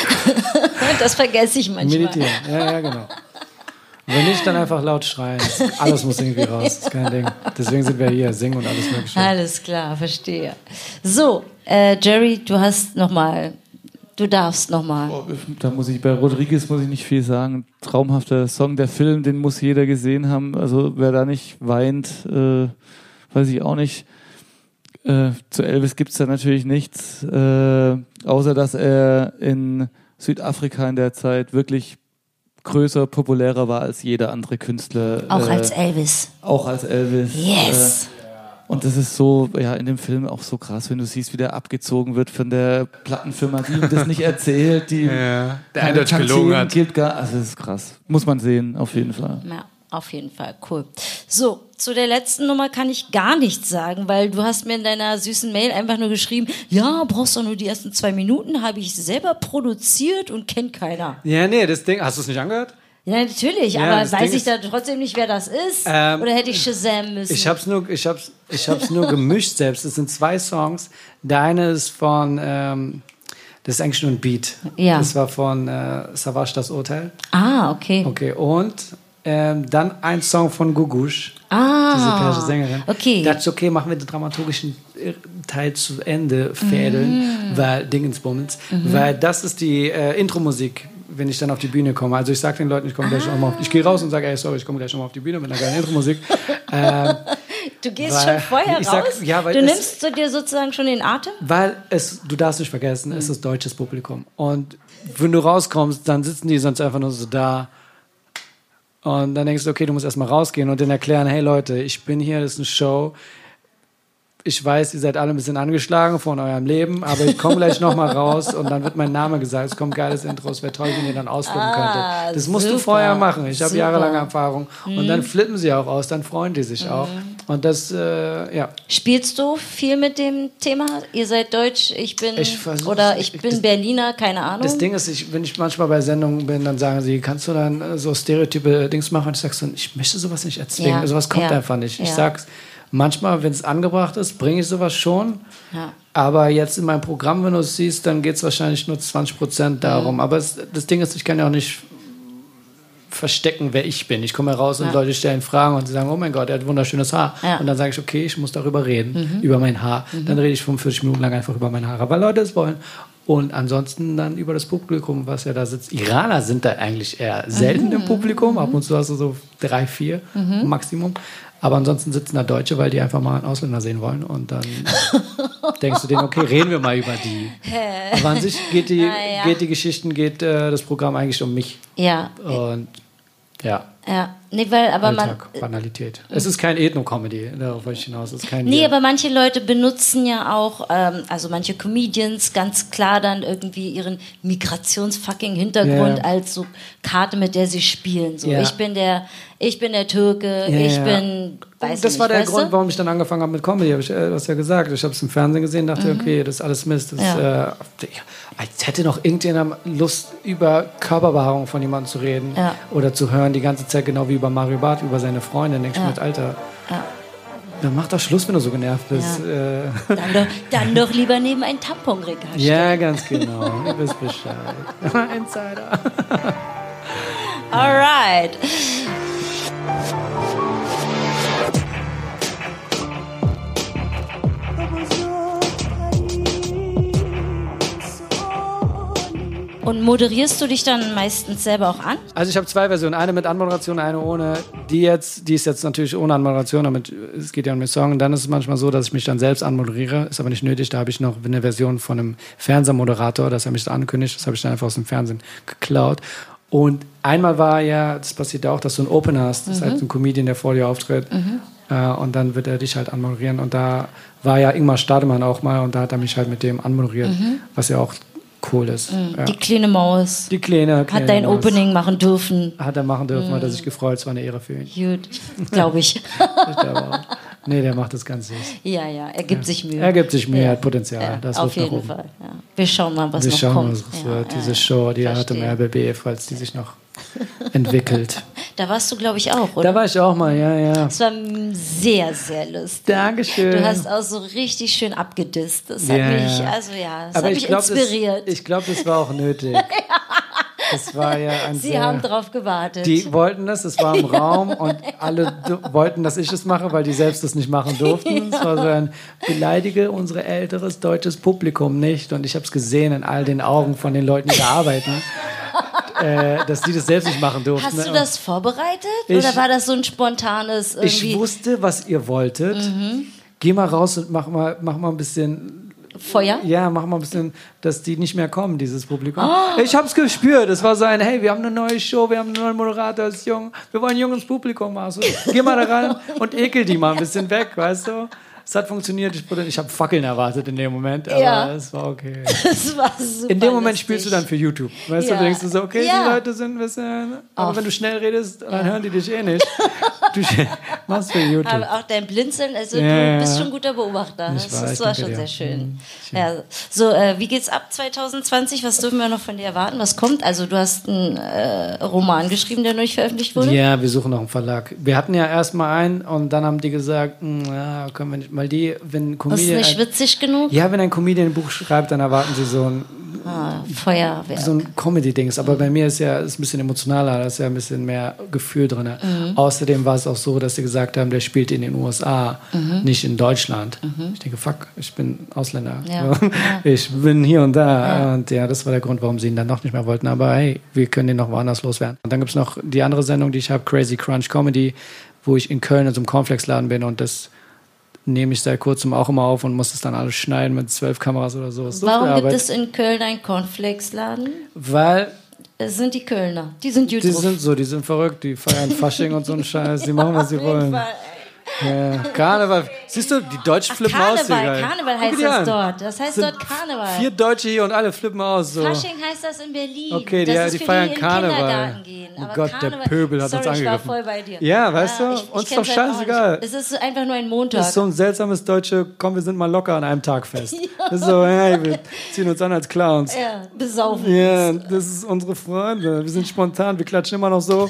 Das vergesse ich manchmal. Meditieren, ja, ja, genau. Und wenn nicht, dann einfach laut schreien. Alles muss irgendwie raus, das ist kein Ding. Deswegen sind wir hier, singen und alles mögliche. Alles klar, verstehe. So, äh, Jerry, du hast nochmal... Du darfst nochmal. Oh, da muss ich, bei Rodriguez muss ich nicht viel sagen. Traumhafter Song, der Film, den muss jeder gesehen haben. Also wer da nicht weint, äh, weiß ich auch nicht. Äh, zu Elvis gibt es da natürlich nichts, äh, außer dass er in Südafrika in der Zeit wirklich größer, populärer war als jeder andere Künstler. Auch äh, als Elvis. Auch als Elvis. Yes. Äh, Und das ist so, ja, in dem Film auch so krass, wenn du siehst, wie der abgezogen wird von der Plattenfirma, die ihm das nicht erzählt, die ja, der eindeutig gelogen hat. Gibt gar, also das ist krass. Muss man sehen, auf jeden Fall. Ja, auf jeden Fall, cool. So, zu der letzten Nummer kann ich gar nichts sagen, weil du hast mir in deiner süßen Mail einfach nur geschrieben, ja, brauchst doch nur die ersten zwei Minuten, habe ich selber produziert und kennt keiner. Ja, nee, das Ding, hast du es nicht angehört? Ja, natürlich, ja, aber weiß Ding ich ist, da trotzdem nicht, wer das ist? Ähm, Oder hätte ich Shazam müssen? Ich hab's nur, ich hab's, ich hab's nur gemischt selbst. Es sind zwei Songs. Der eine ist von, ähm, das ist eigentlich nur ein Beat. Ja. Das war von äh, Savage, das Urteil. Ah, okay. Okay, und ähm, dann ein Song von Gugush. Ah. Diese persische Sängerin. Okay. Da dachte ich, okay, machen wir den dramaturgischen Teil zu Ende fädeln, Mhm. weil Dingensbummens, Mhm. weil das ist die äh, Intro-Musik, wenn ich dann auf die Bühne komme. Also ich sage den Leuten, ich komme gleich nochmal auf, ich gehe raus und sage, ey, sorry, ich komme gleich nochmal auf die Bühne mit einer geilen Intro-Musik. ähm, du gehst weil, schon vorher ich sag, raus? ja, weil du es, nimmst so dir sozusagen schon den Atem? Weil es, du darfst nicht vergessen, mhm. es ist deutsches Publikum. Und wenn du rauskommst, dann sitzen die sonst einfach nur so da. Und dann denkst du, okay, du musst erstmal rausgehen und denen erklären, hey Leute, ich bin hier, das ist eine Show. ich weiß, ihr seid alle ein bisschen angeschlagen von eurem Leben, aber ich komme gleich nochmal raus und dann wird mein Name gesagt. Es kommt geiles Intro, es wäre toll, wenn ihr dann ausflippen Ah, könntet. Das musst super, du vorher machen. Ich habe super. jahrelange Erfahrung. Und Mhm. dann flippen sie auch aus, dann freuen die sich Mhm. auch. Und das, äh, ja. Spielst du viel mit dem Thema? Ihr seid Deutsch, ich bin Ich versuch's- oder ich ich- bin das- Berliner, keine Ahnung. Das Ding ist, ich, wenn ich manchmal bei Sendungen bin, dann sagen sie, kannst du dann äh, so Stereotype Dings machen? Und ich sag so, ich möchte sowas nicht erzwingen. Ja, Sowas kommt ja, einfach nicht. Ich ja. sag's, manchmal, wenn es angebracht ist, bringe ich sowas schon. Ja. Aber jetzt in meinem Programm, wenn du es siehst, dann geht es wahrscheinlich nur zwanzig Prozent darum. Mhm. Aber es, das Ding ist, ich kann ja auch nicht verstecken, wer ich bin. Ich komme heraus und Ja. Leute stellen Fragen und sie sagen, oh mein Gott, er hat wunderschönes Haar. Ja. Und dann sage ich, okay, ich muss darüber reden, Mhm. über mein Haar. Mhm. Dann rede ich fünfundvierzig Minuten lang einfach über mein Haar, weil Leute es wollen. Und ansonsten dann über das Publikum, was ja da sitzt. Iraner sind da eigentlich eher selten Mhm. im Publikum. Ab und zu hast du so drei, vier Mhm. Maximum. Aber ansonsten sitzen da Deutsche, weil die einfach mal einen Ausländer sehen wollen. Und dann denkst du denen, okay, reden wir mal über die. Aber an sich geht die, Ah, ja. geht die Geschichten, geht äh, das Programm eigentlich um mich. Ja. Und ja. Ja, nee, weil, aber Alltag, man. Banalität. Es ist kein Ethno-Comedy, darauf wollte ich hinaus. Es ist kein Nee, Bier. aber manche Leute benutzen ja auch, ähm, also manche Comedians ganz klar dann irgendwie ihren Migrations-fucking-Hintergrund Ja. als so Karte, mit der sie spielen. So, Ja. ich bin der, ich bin der Türke, Ja, ich ja. bin, weiß Das nicht, war der weißt Grund, du? warum ich dann angefangen habe mit Comedy. Hab ich äh, das ja gesagt. Ich habe es im Fernsehen gesehen, dachte, Mhm. okay, das ist alles Mist. Das, Ja. äh, als hätte noch irgendjemand Lust, über Körperbehaarung von jemandem zu reden Ja. oder zu hören, die ganze Zeit genau wie über Mario Barth, über seine Freundin. Denkst du Ja. mit, Alter, Ja. dann mach doch Schluss, wenn du so genervt bist. Äh, Dann doch, dann doch lieber neben ein Tamponregal stellen. ja, ganz genau. Ihr wisst Bescheid. Insider. Alright. Und moderierst du dich dann meistens selber auch an? Also ich habe zwei Versionen, eine mit Anmoderation, eine ohne. Die jetzt, die ist jetzt natürlich ohne Anmoderation, damit es geht ja um den Song. Und dann ist es manchmal so, dass ich mich dann selbst anmoderiere, ist aber nicht nötig. Da habe ich noch eine Version von einem Fernsehmoderator, dass er mich so ankündigt. Das habe ich dann einfach aus dem Fernsehen geklaut. Und einmal war ja, das passiert ja auch, dass du einen Opener hast. Das ist Mhm. halt so ein Comedian, der vor dir auftritt. Mhm. Äh, und dann wird er dich halt anmoderieren. Und da war ja Ingmar Stadelmann auch mal und da hat er mich halt mit dem anmoderiert, Mhm. was ja auch cool ist. Mhm. Ja. Die kleine Maus. Die kleine, kleine Hat dein Maus. Opening machen dürfen. Hat er machen dürfen, Mhm. hat er sich gefreut. Es war eine Ehre für ihn. Gut, glaube ich. Ich glaube auch. Nee, der macht das ganz süß. Ja, ja, er gibt Ja. sich Mühe. Er gibt sich Mühe, Ja. er hat Potenzial. Ja, Das auf Luft nach jeden oben. Fall. Ja. Wir schauen mal, was Wir noch schauen kommt. mal, was es Ja, wird. ja, Diese Show, die hat im verstehe. R B B, falls die sich noch entwickelt. Da warst du, glaube ich, auch, oder? Da war ich auch mal, ja, ja. Das war mm, sehr, sehr lustig. Dankeschön. Du hast auch so richtig schön abgedisst. Das hat Ja, mich, ja. also ja, das Aber hat ich mich glaub, das- inspiriert. Ich glaube, das war auch nötig. Das war ja ein Sie sehr, haben drauf gewartet. Die wollten das, es war im Raum und alle du- wollten, dass ich es mache, weil die selbst das nicht machen durften. Es war so ein, beleidige unser älteres deutsches Publikum nicht. Und ich habe es gesehen in all den Augen von den Leuten, die da arbeiten, äh, dass die das selbst nicht machen durften. Hast du das vorbereitet? Ich- oder war das so ein spontanes irgendwie? Ich wusste, was ihr wolltet. Mhm. Geh mal raus und mach mal, mach mal ein bisschen Feuer? Ja, mach mal ein bisschen, dass die nicht mehr kommen, dieses Publikum. Oh. Ich hab's gespürt. Es war so ein, hey, wir haben eine neue Show, wir haben einen neuen Moderator, ist jung. Wir wollen ein junges Publikum machen. So, geh mal da rein und ekel die mal ein bisschen weg, weißt du? Es hat funktioniert. Ich, ich habe Fackeln erwartet in dem Moment, aber Ja. es war okay. Das war super In dem Moment lustig. spielst du dann für YouTube. Weißt Ja. du, denkst du so, okay, Ja. die Leute sind ein bisschen. Aber Ach. wenn du schnell redest, dann hören die dich eh nicht. Du machst für YouTube. Aber auch dein Blinzeln, also Ja, du bist ja. schon ein guter Beobachter. Ich Das, weiß, das war danke schon dir. sehr schön. Mhm, Ja, so, äh, wie geht's ab zwanzig zwanzig? Was dürfen wir noch von dir erwarten? Was kommt? Also du hast einen äh, Roman geschrieben, der noch nicht veröffentlicht wurde? Ja, wir suchen noch einen Verlag. Wir hatten ja erstmal einen und dann haben die gesagt, "Hm, ja, können wir nicht, weil die, wenn ein Das ist Comedian. nicht witzig genug? Ja, wenn ein Comedian ein Buch schreibt, dann erwarten sie so ein, Ah, Feuerwerk. so ein Comedy-Dings. Aber bei mir ist ja ist ein bisschen emotionaler, da ist ja ein bisschen mehr Gefühl drin. Mhm. Außerdem war es auch so, dass sie gesagt haben, der spielt in den U S A, Mhm. nicht in Deutschland. Mhm. Ich denke, fuck, ich bin Ausländer. Ja, ja. Ich bin hier und da. Ja. Und ja, das war der Grund, warum sie ihn dann noch nicht mehr wollten. Aber hey, wir können den noch woanders loswerden. Und dann gibt es noch die andere Sendung, die ich habe, Crazy Crunch Comedy, wo ich in Köln in so einem Cornflakes-Laden bin und das nehme ich seit kurzem auch immer auf und muss das dann alles schneiden mit zwölf Kameras oder so. Ist so Warum viel gibt Arbeit. es in Köln einen Cornflakes-Laden? Weil Es sind die Kölner. Die sind gut die drauf. sind so, die sind verrückt, die feiern Fasching und so einen Scheiß, die machen, was sie Auf jeden wollen. Fall. Ja, Karneval. Siehst du, die Deutschen Ach, flippen aus. Karneval, Digga. Karneval Guck heißt dir das an. dort. Das heißt Sind dort Karneval. Vier Deutsche hier und alle flippen aus. So. Fasching heißt das in Berlin. Okay, die, das ist die für feiern die, die in Karneval. den Kindergarten gehen. Oh Aber Gott, Karneval, der Pöbel hat sorry, uns ich war angegriffen. voll bei dir. Ja, weißt du, ich, ich uns kenn's doch halt auch scheißegal. nicht. Es ist einfach nur ein Montag. Das ist so ein seltsames deutsche, komm, wir sind mal locker an einem Tag fest. Das ist so, hey, wir ziehen uns an als Clowns. Ja, besaufen. Ja, das ist unsere Freunde. Wir sind spontan, wir klatschen immer noch so.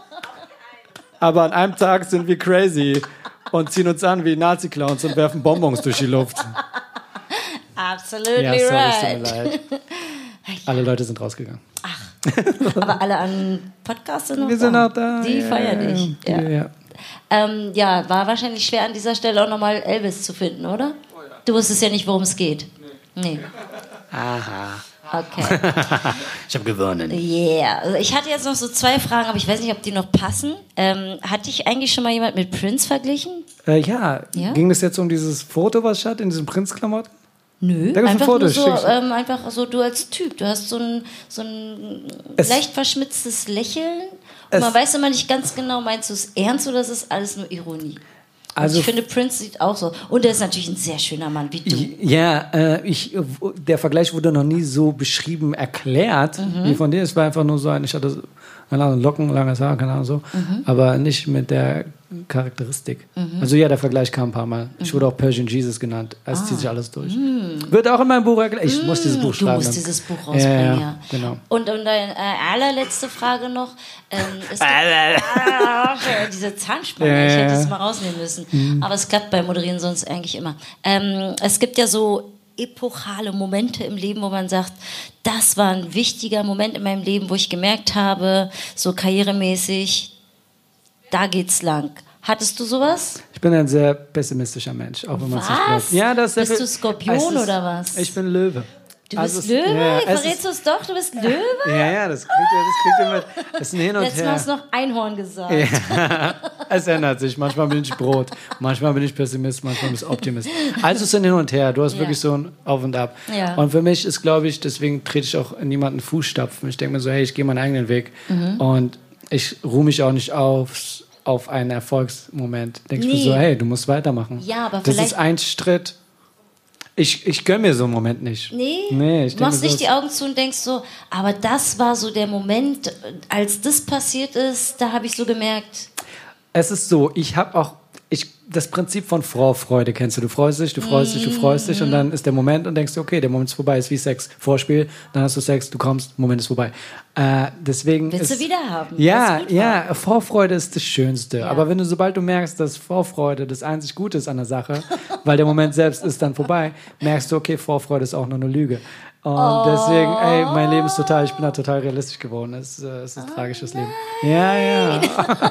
Aber an einem Tag sind wir crazy und ziehen uns an wie Nazi-Clowns und werfen Bonbons durch die Luft. Absolutely Ja, sorry, right. es tut mir leid. Alle Leute sind rausgegangen. Aber alle an Podcasts sind noch Wir sind da. auch da. Die ja, feiern ja, dich. Ja. Ja. Ja. Ähm, ja, war wahrscheinlich schwer an dieser Stelle auch nochmal Elvis zu finden, oder? Du wusstest ja nicht, worum es geht. Nee. Aha. Okay. Ich habe gewonnen. Yeah. Also ich hatte jetzt noch so zwei Fragen, aber ich weiß nicht, ob die noch passen. Ähm, hat dich eigentlich schon mal jemand mit Prince verglichen? Äh, ja. Ja? Ging das jetzt um dieses Foto, was ich hatte, in diesem Prinz-Klamotten? Nö, Da gibt's ein einfach Foto, nur so, schick's. ähm, einfach so du als Typ. Du hast so ein, so ein Es- leicht verschmitztes Lächeln. Und Es- man weiß immer nicht ganz genau, meinst du es ernst oder ist es alles nur Ironie? Und Also- ich finde, Prince sieht auch so. Und er ist natürlich ein sehr schöner Mann, wie du. Ja, äh, ich, der Vergleich wurde noch nie so beschrieben, erklärt, Mhm. wie von dir. Es war einfach nur so ein, ich hatte, keine Ahnung, Locken, langes Haar, keine Ahnung, so. Mhm. Aber nicht mit der Charakteristik. Also ja, der Vergleich kam ein paar Mal. Ich wurde auch Persian Jesus genannt. Es zieht sich alles durch. Wird auch in meinem Buch erklärt. Ich muss dieses Buch Mhm. Du schreiben. musst dann. dieses Buch rausbringen, ja, ja. ja, genau. Und, und deine äh, allerletzte Frage noch. Ähm, es gibt, ah, diese Zahnspange, Ja, ich hätte ja. es mal rausnehmen müssen. Aber es klappt beim Moderieren sonst eigentlich immer. Ähm, es gibt ja so epochale Momente im Leben, wo man sagt, das war ein wichtiger Moment in meinem Leben, wo ich gemerkt habe, so karrieremäßig, da geht's lang. Hattest du sowas? Ich bin ein sehr pessimistischer Mensch, auch wenn man es nicht Was? glaubt. Ja, das ist sehr Bist viel- du Skorpion Es ist- oder was? Ich bin Löwe. Du Also bist es- Löwe? ja, es Verrätst ist- du es doch? Du bist Löwe? Ja, ja, das kriegt ihr, das kriegt ihr mit. Das ist ein Hin und Letztes Mal Her. hast du noch Einhorn gesagt. Ja, es ändert sich. Manchmal bin ich Brot, manchmal bin ich Pessimist, manchmal bin ich Optimist. Also es ist ein Hin und Her. Du hast Ja. wirklich so ein Auf und Ab. Ja. Und für mich ist, glaube ich, deswegen trete ich auch in niemanden Fußstapfen. Ich denke mir so, hey, ich gehe meinen eigenen Weg. Mhm. Und ich ruhe mich auch nicht auf, auf einen Erfolgsmoment. Denke ich Nee. mir so, hey, du musst weitermachen. Ja, aber das vielleicht- ist ein Schritt. Ich, ich gönne mir so einen Moment nicht. Nee, nee ich du denke machst mir nicht so, die Augen zu und denkst so, aber das war so der Moment, äh, als das passiert ist, da habe ich so gemerkt, Es ist so, ich habe auch, ich, das Prinzip von Vorfreude kennst du. Du freust dich, du freust dich, du freust dich und dann ist der Moment und denkst du, okay, der Moment ist vorbei, ist wie Sex. Vorspiel, dann hast du Sex, du kommst, Moment ist vorbei. Äh, deswegen willst ist, du wieder haben? Ja, was gut war. ja, Vorfreude ist das Schönste. Ja. Aber wenn du, sobald du merkst, dass Vorfreude das einzig Gute ist an der Sache, weil der Moment selbst ist dann vorbei, merkst du, okay, Vorfreude ist auch nur eine Lüge. Und Oh. deswegen, ey, mein Leben ist total, ich bin da total realistisch geworden. Es ist, äh, es ist ein Oh tragisches Leben. Ja, ja.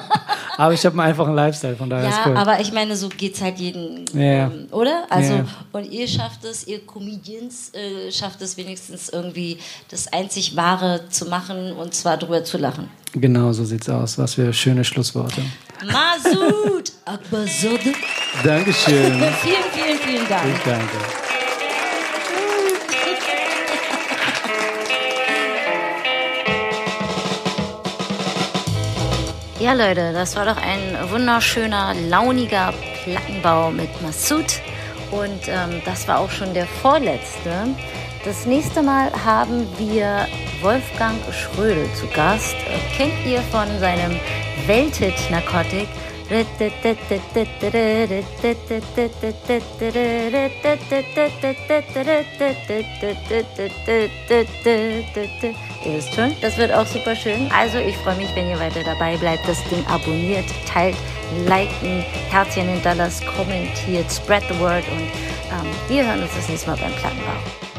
Aber ich habe einen einfachen Lifestyle, von daher Ja, ist cool. aber ich meine, so geht's halt jeden, Ja. ähm, oder? Also, Ja. und ihr schafft es, ihr Comedians äh, schafft es wenigstens irgendwie, das einzig Wahre zu machen und zwar drüber zu lachen. Genau so sieht's aus. Was für schöne Schlussworte. Masoud Akbarzadeh. Dankeschön. Vielen, vielen, vielen Dank. Ich danke. Ja, Leute, das war doch ein wunderschöner, launiger Plattenbau mit Masoud. Und ähm, das war auch schon der vorletzte. Das nächste Mal haben wir Wolfgang Schrödel zu Gast. Äh, kennt ihr von seinem Welthit Narcotic? Ihr wisst schon, das wird auch super schön. Also ich freue mich, wenn ihr weiter dabei bleibt, das Ding abonniert, teilt, liken, Herzchen hinterlasst, kommentiert, spread the word und ähm, wir hören uns das nächste Mal beim Plattenbau.